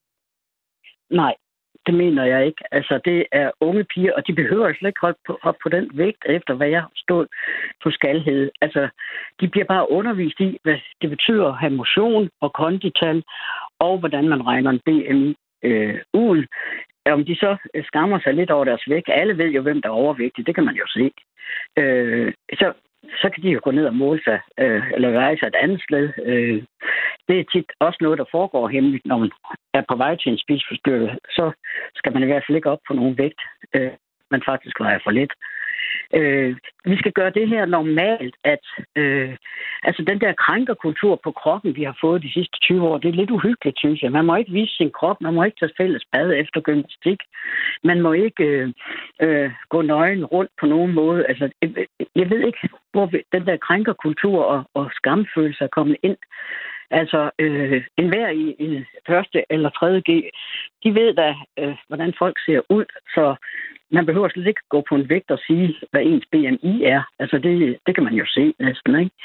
Nej, det mener jeg ikke. Altså, det er unge piger, og de behøver slet ikke holde på, op på den vægt, efter hvad jeg har stået på Skalhede. Altså, de bliver bare undervist i, hvad det betyder at have motion og kondital, og hvordan man regner en B M I øh, ud. Om de så skammer sig lidt over deres vægt. Alle ved jo, hvem der er overvægtig. Det kan man jo se. Øh, så, så kan de jo gå ned og måle sig, øh, eller veje sig et andet sted. Øh, det er tit også noget, der foregår hemmeligt, når man er på vej til en spiseforstyrrelse. Så skal man i hvert fald ikke op på nogen vægt. Øh, man faktisk vejer for lidt. Øh, vi skal gøre det her normalt, at øh, altså den der krænkerkultur på kroppen, vi har fået de sidste tyve år, det er lidt uhyggeligt, synes jeg. Man må ikke vise sin krop, man må ikke tage fælles bad efter gymnastik. Man må ikke øh, øh, gå nøgen rundt på nogen måde. Altså, jeg, jeg ved ikke, hvor vi, den der krænkerkultur og, og skamfølelse er kommet ind. Altså, øh, enhver i, i første eller tredje G, de ved da, øh, hvordan folk ser ud, så man behøver slet ikke gå på en vægt og sige, hvad ens B M I er. Altså, det, det kan man jo se næsten, ikke?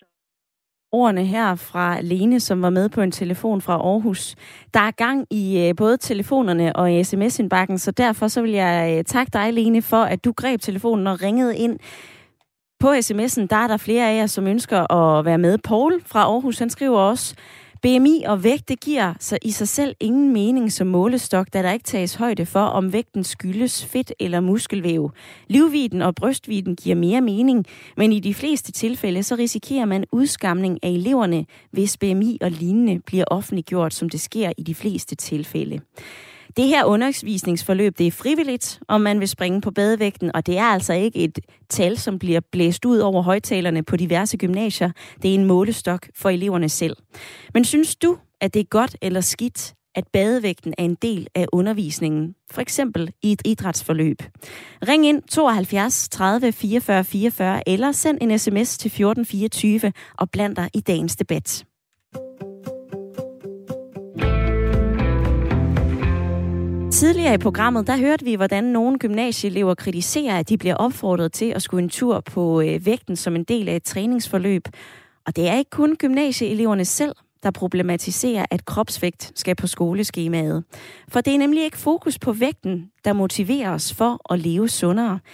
Ordene her fra Lene, som var med på en telefon fra Aarhus. Der er gang i både telefonerne og i sms-indbakken, så derfor så vil jeg takke dig, Lene, for at du greb telefonen og ringede ind. På sms'en, der er der flere af jer, som ønsker at være med. Paul fra Aarhus, han skriver også, B M I og vægt, det giver så i sig selv ingen mening som målestok, da der ikke tages højde for, om vægten skyldes fedt eller muskelvæv. Livvidden og brystvidden giver mere mening, men i de fleste tilfælde, så risikerer man udskamning af eleverne, hvis B M I og lignende bliver offentliggjort, som det sker i de fleste tilfælde. Det her undervisningsforløb, det er frivilligt, om man vil springe på badevægten, og det er altså ikke et tal, som bliver blæst ud over højtalerne på diverse gymnasier. Det er en målestok for eleverne selv. Men synes du, at det er godt eller skidt, at badevægten er en del af undervisningen, for eksempel i et idrætsforløb? Ring ind tooghalvfjerds tredive fireogfyrre fireogfyrre eller send en sms til fjorten fireogtyve og bland dig i dagens debat. Tidligere i programmet, der hørte vi, hvordan nogle gymnasieelever kritiserer, at de bliver opfordret til at skulle en tur på øh, vægten som en del af et træningsforløb. Og det er ikke kun gymnasieeleverne selv, der problematiserer, at kropsvægt skal på skoleskemaet. For det er nemlig ikke fokus på vægten, der motiverer os for at leve sundere.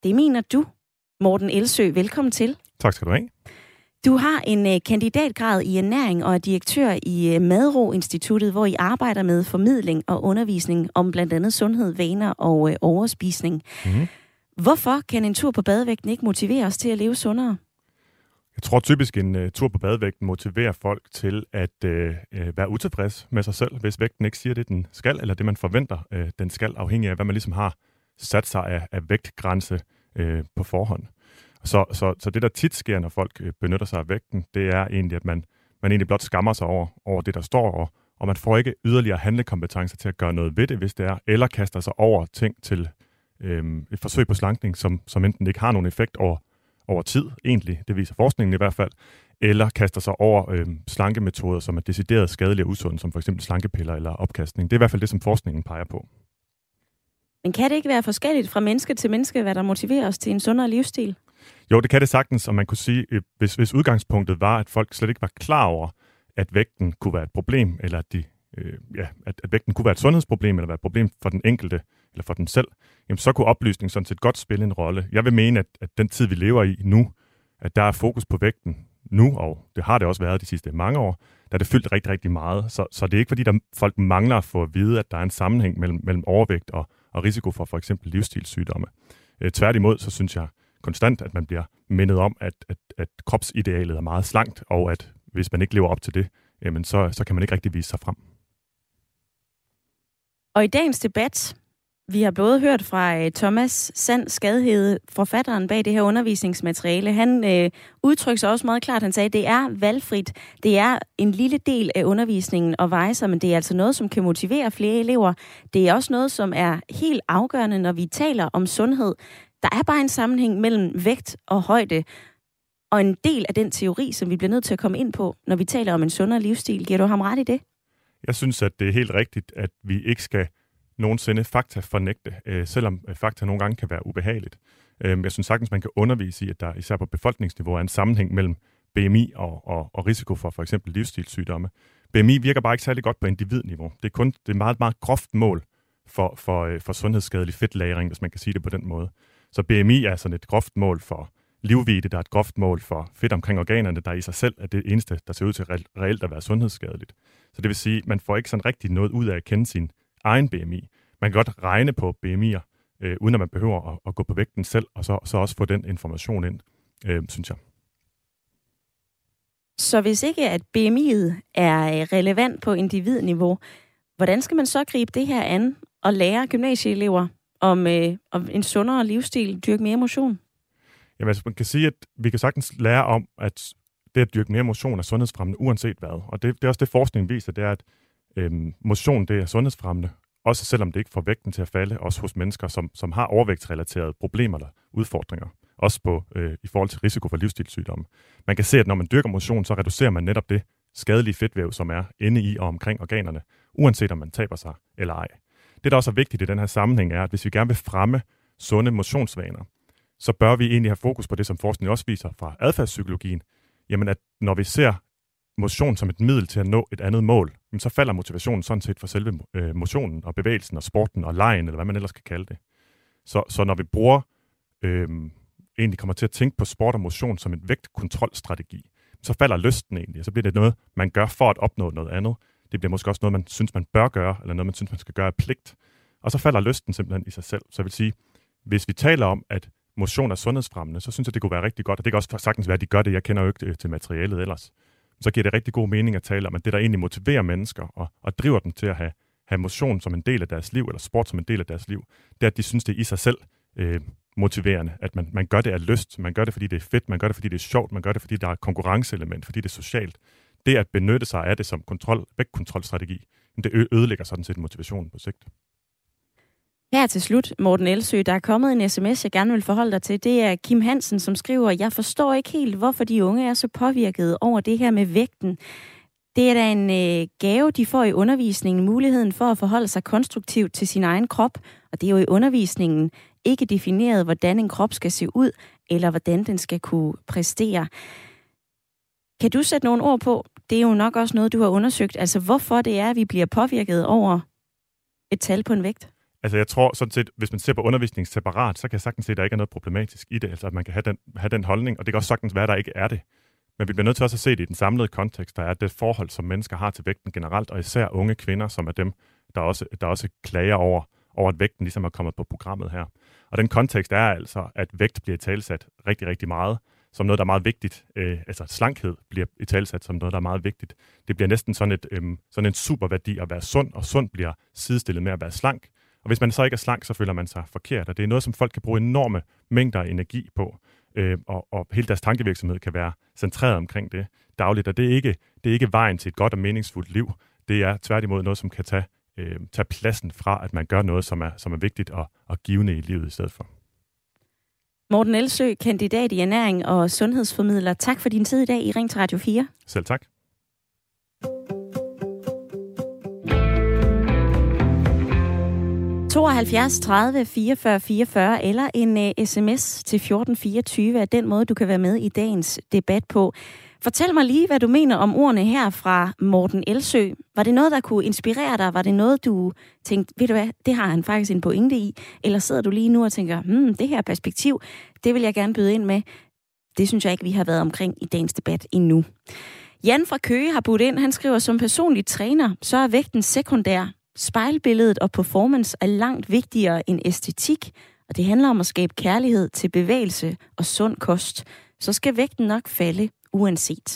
Det mener du, Morten Elsø. Velkommen til. Tak skal du have. Du har en uh, kandidatgrad i ernæring og er direktør i uh, Madro-instituttet, hvor I arbejder med formidling og undervisning om blandt andet sundhed, vaner og uh, overspisning. Mm-hmm. Hvorfor kan en tur på badevægten ikke motivere os til at leve sundere? Jeg tror typisk, en uh, tur på badevægten motiverer folk til at uh, uh, være utilfreds med sig selv, hvis vægten ikke siger det, den skal, eller det, man forventer, uh, den skal, afhængig af, hvad man ligesom har sat sig af, af vægtgrænse uh, på forhånd. Så, så, så det, der tit sker, når folk uh, benytter sig af vægten, det er egentlig, at man, man egentlig blot skammer sig over, over det, der står, og, og man får ikke yderligere handlekompetencer til at gøre noget ved det, hvis det er, eller kaster sig over ting til uh, et forsøg på slankning, som, som enten ikke har nogen effekt over over tid, egentlig, det viser forskningen i hvert fald, eller kaster sig over øh, slankemetoder, som er decideret skadelige og usunde, som for eksempel slankepiller eller opkastning. Det er i hvert fald det, som forskningen peger på. Men kan det ikke være forskelligt fra menneske til menneske, hvad der motiverer os til en sundere livsstil? Jo, det kan det sagtens, og man kunne sige, hvis, hvis udgangspunktet var, at folk slet ikke var klar over, at vægten kunne være et problem, eller at, de, øh, ja, at, at vægten kunne være et sundhedsproblem, eller være et problem for den enkelte, eller for den selv, jamen så kunne oplysning sådan set godt spille en rolle. Jeg vil mene, at, at den tid, vi lever i nu, at der er fokus på vægten nu, og det har det også været de sidste mange år, der er det fyldt rigtig, rigtig meget. Så, så det er ikke fordi, der folk mangler at få at vide, at der er en sammenhæng mellem, mellem overvægt og, og risiko for for eksempel livsstilssygdomme. Øh, tværtimod, så synes jeg konstant, at man bliver mindet om, at, at, at kropsidealet er meget slankt, og at hvis man ikke lever op til det, jamen så, så kan man ikke rigtig vise sig frem. Og i dagens debat, vi har både hørt fra Thomas Sand Skadhede, forfatteren bag det her undervisningsmateriale. Han øh, udtrykker sig også meget klart. Han sagde, at det er valgfrit. Det er en lille del af undervisningen og vejser, men det er altså noget, som kan motivere flere elever. Det er også noget, som er helt afgørende, når vi taler om sundhed. Der er bare en sammenhæng mellem vægt og højde, og en del af den teori, som vi bliver nødt til at komme ind på, når vi taler om en sundere livsstil. Giver du ham ret i det? Jeg synes, at det er helt rigtigt, at vi ikke skal nogensinde fakta fornægte, øh, selvom fakta nogle gange kan være ubehageligt. Øh, jeg synes sagtens, man kan undervise i, at der især på befolkningsniveau er en sammenhæng mellem B M I og, og, og risiko for for eksempel livsstilssygdomme. B M I virker bare ikke særlig godt på individniveau. Det er kun det er meget, meget groft mål for, for, for sundhedsskadelig fedtlagring, hvis man kan sige det på den måde. Så B M I er sådan et groft mål for livvidde, der er et groft mål for fedt omkring organerne, der i sig selv er det eneste, der ser ud til reelt at være sundhedsskadeligt. Så det vil sige, at man får ikke sådan rigtig noget ud af at kende sin egen B M I. Man kan godt regne på B M I'er, øh, uden at man behøver at, at gå på vægten selv, og så, så også få den information ind, øh, synes jeg. Så hvis ikke at B M I'et er relevant på individniveau, hvordan skal man så gribe det her an og lære gymnasieelever om, øh, om en sundere livsstil, dyrke mere motion? Jamen, altså, man kan sige, at vi kan sagtens lære om, at det at dyrke mere motion er sundhedsfremmende, uanset hvad. Og det, det er også det, forskningen viser, det er, at øhm, motion det er sundhedsfremmende, også selvom det ikke får vægten til at falde, også hos mennesker, som, som har overvægtsrelaterede problemer eller udfordringer, også på, øh, i forhold til risiko for livsstilssygdomme. Man kan se, at når man dyrker motion, så reducerer man netop det skadelige fedtvæv, som er inde i og omkring organerne, uanset om man taber sig eller ej. Det, der også er vigtigt i den her sammenhæng, er, at hvis vi gerne vil fremme sunde motionsvaner, så bør vi egentlig have fokus på det, som forskningen også viser fra adfærdspsykologien, jamen at når vi ser motion som et middel til at nå et andet mål, så falder motivationen sådan set for selve motionen og bevægelsen og sporten og lejen, eller hvad man ellers kan kalde det. Så, så når vi bruger, øh, egentlig kommer til at tænke på sport og motion som en vægtkontrolstrategi, så falder lysten egentlig, og så bliver det noget, man gør for at opnå noget andet. Det bliver måske også noget, man synes, man bør gøre, eller noget, man synes, man skal gøre af pligt. Og så falder lysten simpelthen i sig selv. Så jeg vil sige, hvis vi taler om, at motion er sundhedsfremmende, så synes jeg, det kunne være rigtig godt, og det kan også sagtens være, at de gør det. Jeg kender jo ikke til materialet ellers. Så giver det rigtig god mening at tale om, at det, der egentlig motiverer mennesker og, og driver dem til at have, have motion som en del af deres liv, eller sport som en del af deres liv, det er, at de synes, det er i sig selv øh, motiverende, at man, man gør det af lyst, man gør det, fordi det er fedt, man gør det, fordi det er sjovt, man gør det, fordi der er et konkurrenceelement, fordi det er socialt. Det at benytte sig af det som kontrol, vægtkontrolstrategi, det ødelægger sådan set motivationen på sigt. Her til slut, Morten Elsø, der er kommet en sms, jeg gerne vil forholde dig til. Det er Kim Hansen, som skriver, jeg forstår ikke helt, hvorfor de unge er så påvirket over det her med vægten. Det er da en øh, gave, de får i undervisningen, muligheden for at forholde sig konstruktivt til sin egen krop. Og det er jo i undervisningen ikke defineret, hvordan en krop skal se ud, eller hvordan den skal kunne præstere. Kan du sætte nogle ord på? Det er jo nok også noget, du har undersøgt. Altså, hvorfor det er, at vi bliver påvirket over et tal på en vægt? Altså jeg tror sådan set, hvis man ser på undervisning separat, så kan jeg sagtens se, at der ikke er noget problematisk i det. Altså at man kan have den, have den holdning, og det kan også sagtens være, at der ikke er det. Men vi bliver nødt til også at se det i den samlede kontekst, der er det forhold, som mennesker har til vægten generelt, og især unge kvinder, som er dem, der også, der også klager over, over, at vægten ligesom er kommet på programmet her. Og den kontekst er altså, at vægt bliver italesat rigtig, rigtig meget, som noget, der er meget vigtigt. Øh, altså slankhed bliver italesat som noget, der er meget vigtigt. Det bliver næsten sådan, et, øhm, sådan en superværdi at være sund, og sund bliver sidestillet med at være slank. Og hvis man så ikke er slank, så føler man sig forkert, og det er noget, som folk kan bruge enorme mængder af energi på. Øh, og, og hele deres tankevirksomhed kan være centreret omkring det dagligt, og det er ikke, det er ikke vejen til et godt og meningsfuldt liv. Det er tværtimod noget, som kan tage, øh, tage pladsen fra, at man gør noget, som er, som er vigtigt og, og givende i livet i stedet for. Morten Elsø, kandidat i ernæring og sundhedsformidler. Tak for din tid i dag i Ring til Radio fire. Selv tak. tooghalvfjerds tredive fireogfyrre fireogfyrre eller en uh, sms til fjorten fireogtyve er den måde, du kan være med i dagens debat på. Fortæl mig lige, hvad du mener om ordene her fra Morten Elsø. Var det noget, der kunne inspirere dig? Var det noget, du tænkte, ved du hvad, det har han faktisk en pointe i? Eller sidder du lige nu og tænker, hmm, det her perspektiv, det vil jeg gerne byde ind med. Det synes jeg ikke, vi har været omkring i dagens debat endnu. Jan fra Køge har budt ind. Han skriver, som personlig træner, så er vægten sekundær. Spejlbilledet og performance er langt vigtigere end æstetik, og det handler om at skabe kærlighed til bevægelse og sund kost. Så skal vægten nok falde uanset.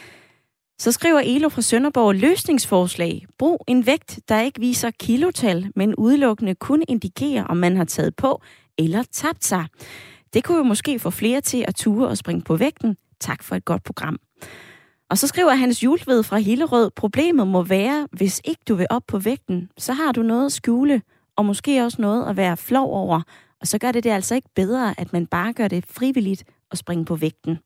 Så skriver Elo fra Sønderborg løsningsforslag. Brug en vægt, der ikke viser kilotal, men udelukkende kun indikerer, om man har taget på eller tabt sig. Det kunne jo måske få flere til at ture og springe på vægten. Tak for et godt program. Og så skriver Hans Julved fra Hillerød, problemet må være, hvis ikke du vil op på vægten, så har du noget at skjule, og måske også noget at være flov over. Og så gør det det altså ikke bedre, at man bare gør det frivilligt og springe på vægten.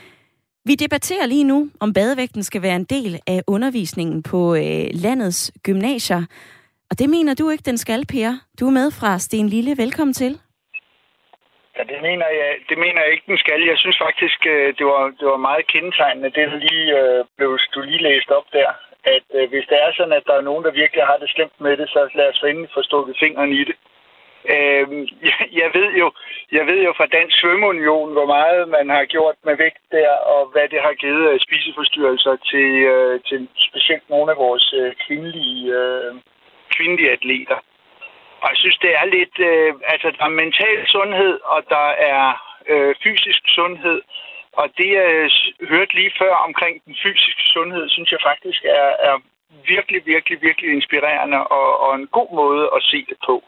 Vi debatterer lige nu, om badevægten skal være en del af undervisningen på øh, landets gymnasier. Og det mener du ikke, den skal, Per. Du er med fra Sten Lille. Velkommen til. Ja, det mener jeg, det mener jeg ikke, den skal. Jeg synes faktisk, det var, det var meget kendetegnende, det der lige øh, blev du lige læst op der. At øh, hvis det er sådan, at der er nogen, der virkelig har det slemt med det, så lad os endelig få stukket fingeren i det. Øh, jeg, jeg, ved jo, jeg ved jo fra Dansk Svømmeunion, hvor meget man har gjort med vægt der, og hvad det har givet af spiseforstyrrelser til, øh, til specielt nogle af vores øh, kvindelige, øh, kvindelige atleter. Og jeg synes, det er lidt... Øh, altså, der er mental sundhed, og der er øh, fysisk sundhed. Og det, jeg hørte lige før omkring den fysiske sundhed, synes jeg faktisk er, er virkelig, virkelig, virkelig inspirerende og, og en god måde at se det på.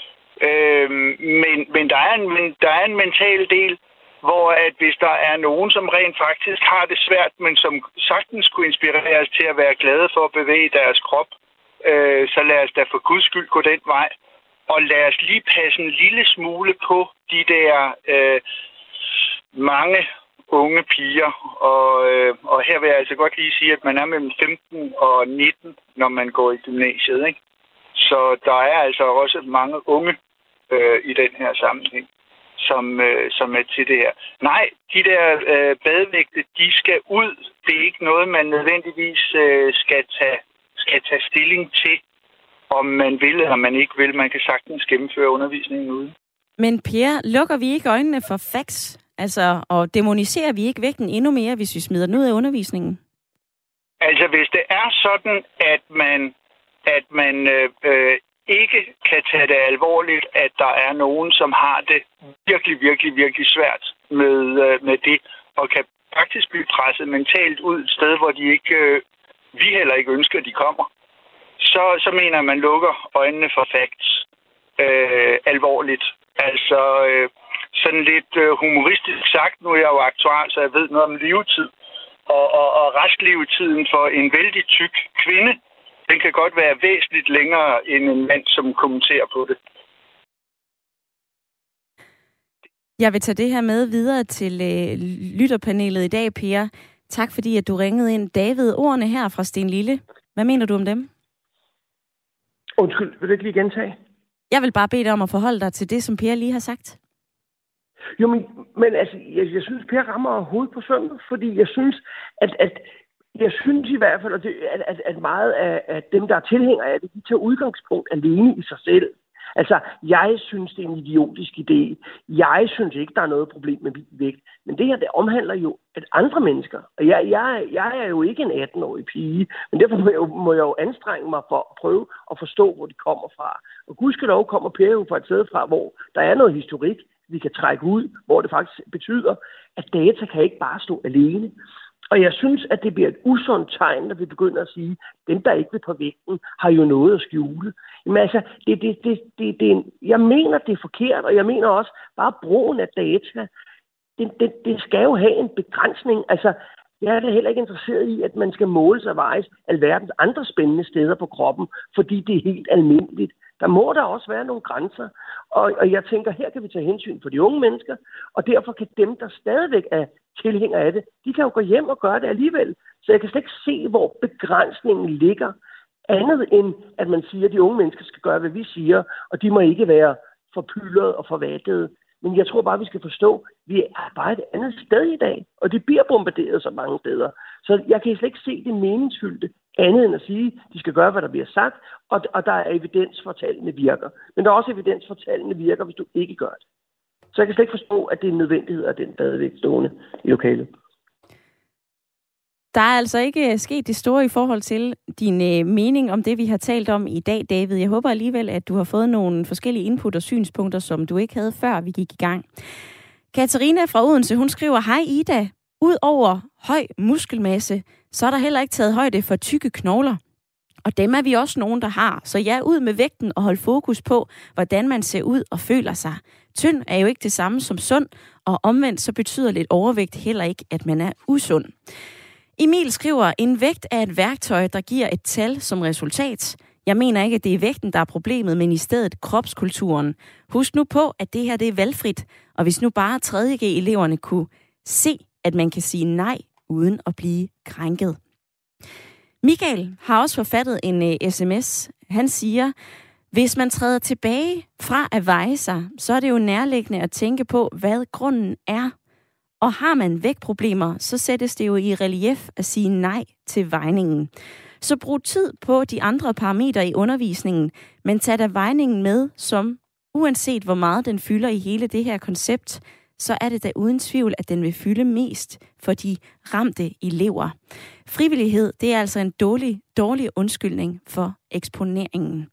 Øh, men men, der, er en, men der er en mental del, hvor at hvis der er nogen, som rent faktisk har det svært, men som sagtens kunne inspireres til at være glade for at bevæge deres krop, øh, så lad os da for guds skyld gå den vej. Og lad os lige passe en lille smule på de der øh, mange unge piger. Og, øh, og her vil jeg altså godt lige sige, at man er mellem femten og nitten, når man går i gymnasiet, ikke? Så der er altså også mange unge øh, i den her sammenhæng, som, øh, som er til det her. Nej, de der øh, badevægte, de skal ud. Det er ikke noget, man nødvendigvis øh, skal, tage, skal tage stilling til, om man vil eller man ikke vil. Man kan sagtens gennemføre undervisningen ude. Men Per, lukker vi ikke øjnene for facts? Altså, og demoniserer vi ikke vægten endnu mere, hvis vi smider den ud af undervisningen? Altså, hvis det er sådan, at man, at man øh, ikke kan tage det alvorligt, at der er nogen, som har det virkelig, virkelig, virkelig svært med, øh, med det, og kan faktisk blive presset mentalt ud et sted, hvor de ikke, øh, vi heller ikke ønsker, at de kommer, Så, så mener jeg, at man lukker øjnene for facts øh, alvorligt. Altså øh, sådan lidt øh, humoristisk sagt, nu er jeg jo aktuar, så jeg ved noget om levetid. Og, og, og restlevetiden for en vældig tyk kvinde, den kan godt være væsentligt længere end en mand, som kommenterer på det. Jeg vil tage det her med videre til øh, lytterpanelet i dag, Per. Tak fordi, at du ringede ind. David, ordene her fra Sten Lille. Hvad mener du om dem? Undskyld, vil du ikke lige gentage? Jeg vil bare bede dig om at forholde dig til det, som Per lige har sagt. Jo, men, men altså, jeg, jeg synes, Per rammer hovedet på sømmet, fordi jeg synes, at, at jeg synes i hvert fald, at, det, at, at, at meget af, af dem, der er tilhængere af det, de tager udgangspunkt alene i sig selv. Altså, jeg synes, det er en idiotisk idé. Jeg synes ikke, der er noget problem med vægt. Men det her, det omhandler jo at andre mennesker. Og jeg, jeg, jeg er jo ikke en atten-årig pige, men derfor må jeg, jo, må jeg jo anstrenge mig for at prøve at forstå, hvor de kommer fra. Og gudskelov kommer Per jo fra et sted fra, hvor der er noget historik, vi kan trække ud, hvor det faktisk betyder, at data kan ikke bare stå alene. Og jeg synes, at det bliver et usundt tegn, når vi begynder at sige, at dem, der ikke vil på vægten, har jo noget at skjule. Jamen altså, det, det, det, det, det, jeg mener, det er forkert, og jeg mener også, bare brugen af data, det, det, det skal jo have en begrænsning. Altså, jeg er da heller ikke interesseret i, at man skal måle sig vejes alverdens andre spændende steder på kroppen, fordi det er helt almindeligt. Der må der også være nogle grænser, og, og jeg tænker, her kan vi tage hensyn for de unge mennesker, og derfor kan dem, der stadigvæk er tilhængere af det, de kan jo gå hjem og gøre det alligevel. Så jeg kan slet ikke se, hvor begrænsningen ligger, andet end at man siger, at de unge mennesker skal gøre, hvad vi siger, og de må ikke være forpylret og forvattede. Men jeg tror bare, vi skal forstå, at vi er bare et andet sted i dag, og det bliver bombarderet så mange steder. Så jeg kan slet ikke se det meningsfyldte andet end at sige, at de skal gøre, hvad der bliver sagt, og, og der er evidens for, at tallene virker. Men der er også evidens for, at tallene virker, hvis du ikke gør det. Så jeg kan slet ikke forstå, at det er en nødvendighed af den badevægt stående i lokalet. Der er altså ikke sket det store i forhold til din øh, mening om det, vi har talt om i dag, David. Jeg håber alligevel, at du har fået nogle forskellige input og synspunkter, som du ikke havde før vi gik i gang. Katarina fra Odense, hun skriver, hej Ida, ud over høj muskelmasse, så er der heller ikke taget højde for tykke knogler. Og dem er vi også nogen, der har. Så ja, ud med vægten og hold fokus på, hvordan man ser ud og føler sig. Tynd er jo ikke det samme som sund, og omvendt så betyder lidt overvægt heller ikke, at man er usund. Emil skriver, en vægt er et værktøj, der giver et tal som resultat. Jeg mener ikke, at det er vægten, der er problemet, men i stedet kropskulturen. Husk nu på, at det her det er valgfrit, og hvis nu bare tredje G-eleverne kunne se, at man kan sige nej, uden at blive krænket. Michael har også forfattet en uh, sms. Han siger, hvis man træder tilbage fra at veje sig, så er det jo nærliggende at tænke på, hvad grunden er. Og har man vægtproblemer, så sættes det jo i relief at sige nej til vejningen. Så brug tid på de andre parametre i undervisningen, men tag da vejningen med, som uanset hvor meget den fylder i hele det her koncept, så er det da uden tvivl, at den vil fylde mest for de ramte elever. Frivillighed, det er altså en dårlig, dårlig undskyldning for eksponeringen.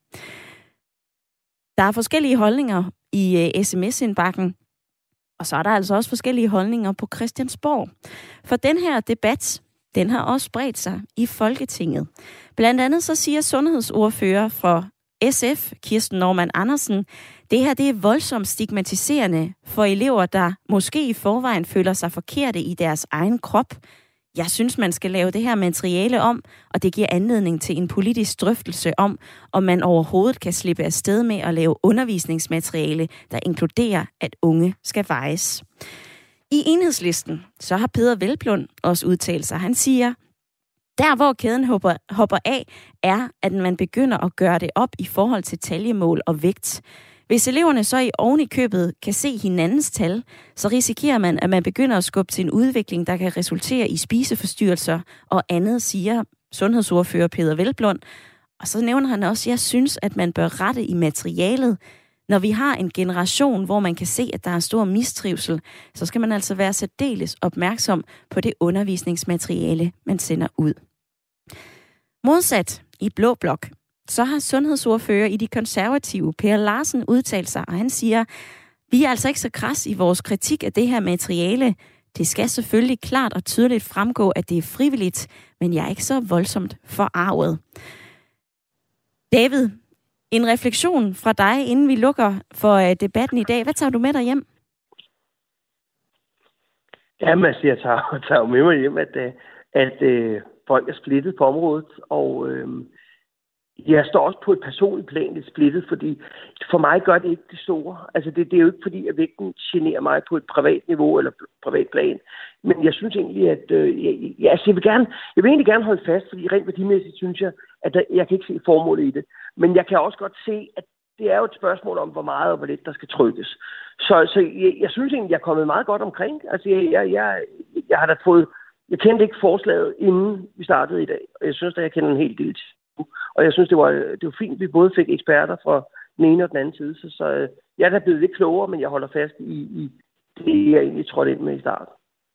Der er forskellige holdninger i uh, sms-indbakken, og så er der altså også forskellige holdninger på Christiansborg. For den her debat, den har også spredt sig i Folketinget. Blandt andet så siger sundhedsordfører fra S F, Kirsten Normann Andersen, det her det er voldsomt stigmatiserende for elever, der måske i forvejen føler sig forkerte i deres egen krop. Jeg synes, man skal lave det her materiale om, og det giver anledning til en politisk drøftelse om, om man overhovedet kan slippe afsted med at lave undervisningsmateriale, der inkluderer, at unge skal vejes. I Enhedslisten, så har Peder Hvelplund også udtalt sig. Han siger, der hvor kæden hopper, hopper af, er, at man begynder at gøre det op i forhold til taljemål og vægt. Hvis eleverne så i oven i købet kan se hinandens tal, så risikerer man, at man begynder at skubbe til en udvikling, der kan resultere i spiseforstyrrelser og andet, siger sundhedsordfører Peder Hvelplund. Og så nævner han også, at jeg synes, at man bør rette i materialet. Når vi har en generation, hvor man kan se, at der er stor mistrivsel, så skal man altså være særdeles opmærksom på det undervisningsmateriale, man sender ud. Modsat i Blå Blok, så har sundhedsordfører i de konservative, Per Larsen, udtalt sig, og han siger, vi er altså ikke så kras i vores kritik af det her materiale. Det skal selvfølgelig klart og tydeligt fremgå, at det er frivilligt, men jeg er ikke så voldsomt forarvet. David, en refleksion fra dig, inden vi lukker for debatten i dag. Hvad tager du med dig hjem? Jamen, altså, jeg tager, tager med mig hjem, at, at, at øh, folk er splittet på området, og øh, jeg står også på et personligt plan lidt splittet, fordi for mig gør det ikke det store. Altså, det, det er jo ikke fordi, at vægten generer mig på et privat niveau eller privat plan, men jeg synes egentlig, at øh, jeg, jeg, altså, jeg, vil gerne, jeg vil egentlig gerne holde fast, fordi rent værdimæssigt synes jeg, at der, jeg kan ikke se formålet i det. Men jeg kan også godt se, at det er jo et spørgsmål om, hvor meget og hvor lidt der skal trykkes. Så, så jeg, jeg synes egentlig, jeg er kommet meget godt omkring. Altså, jeg, jeg, jeg, jeg har da fået... Jeg kendte ikke forslaget, inden vi startede i dag. Og jeg synes, at jeg kender en hel del til. Og jeg synes, det var, det var fint, at vi både fik eksperter fra den ene og den anden side. Så, så øh, jeg er da blevet lidt klogere, men jeg holder fast i, i det, jeg egentlig trådte ind med i starten.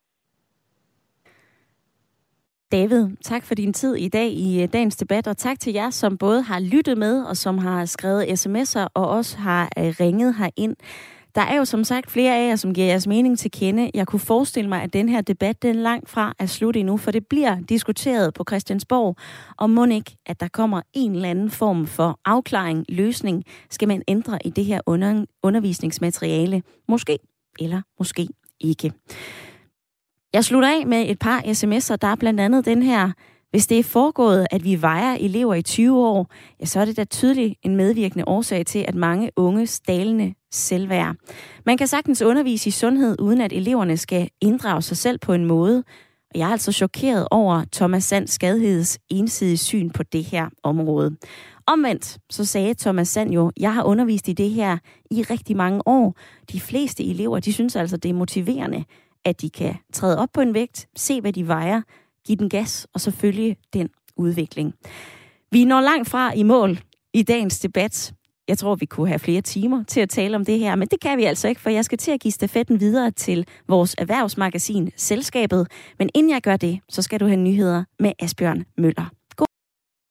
David, tak for din tid i dag i dagens debat, og tak til jer, som både har lyttet med, og som har skrevet sms'er, og også har ringet herind. Der er jo som sagt flere af jer, som giver jeres mening til kende. Jeg kunne forestille mig, at den her debat, den langt fra er slut endnu, for det bliver diskuteret på Christiansborg, og må ikke, at der kommer en eller anden form for afklaring, løsning, skal man ændre i det her under, undervisningsmateriale. Måske, eller måske ikke. Jeg slutter af med et par sms'er. Der er blandt andet den her: hvis det er foregået, at vi vejer elever i tyve år, ja, så er det da tydeligt en medvirkende årsag til, at mange unges dalende selvværd. Man kan sagtens undervise i sundhed, uden at eleverne skal inddrage sig selv på en måde. Og jeg er altså chokeret over Thomas Sand Skadheds ensidige syn på det her område. Omvendt, så sagde Thomas Sand jo, jeg har undervist i det her i rigtig mange år. De fleste elever, de synes altså, det er motiverende, at de kan træde op på en vægt, se hvad de vejer, give den gas, og så følge den udvikling. Vi når langt fra i mål i dagens debat. Jeg tror, vi kunne have flere timer til at tale om det her, men det kan vi altså ikke, for jeg skal til at give stafetten videre til vores erhvervsmagasin Selskabet. Men inden jeg gør det, så skal du have nyheder med Asbjørn Møller.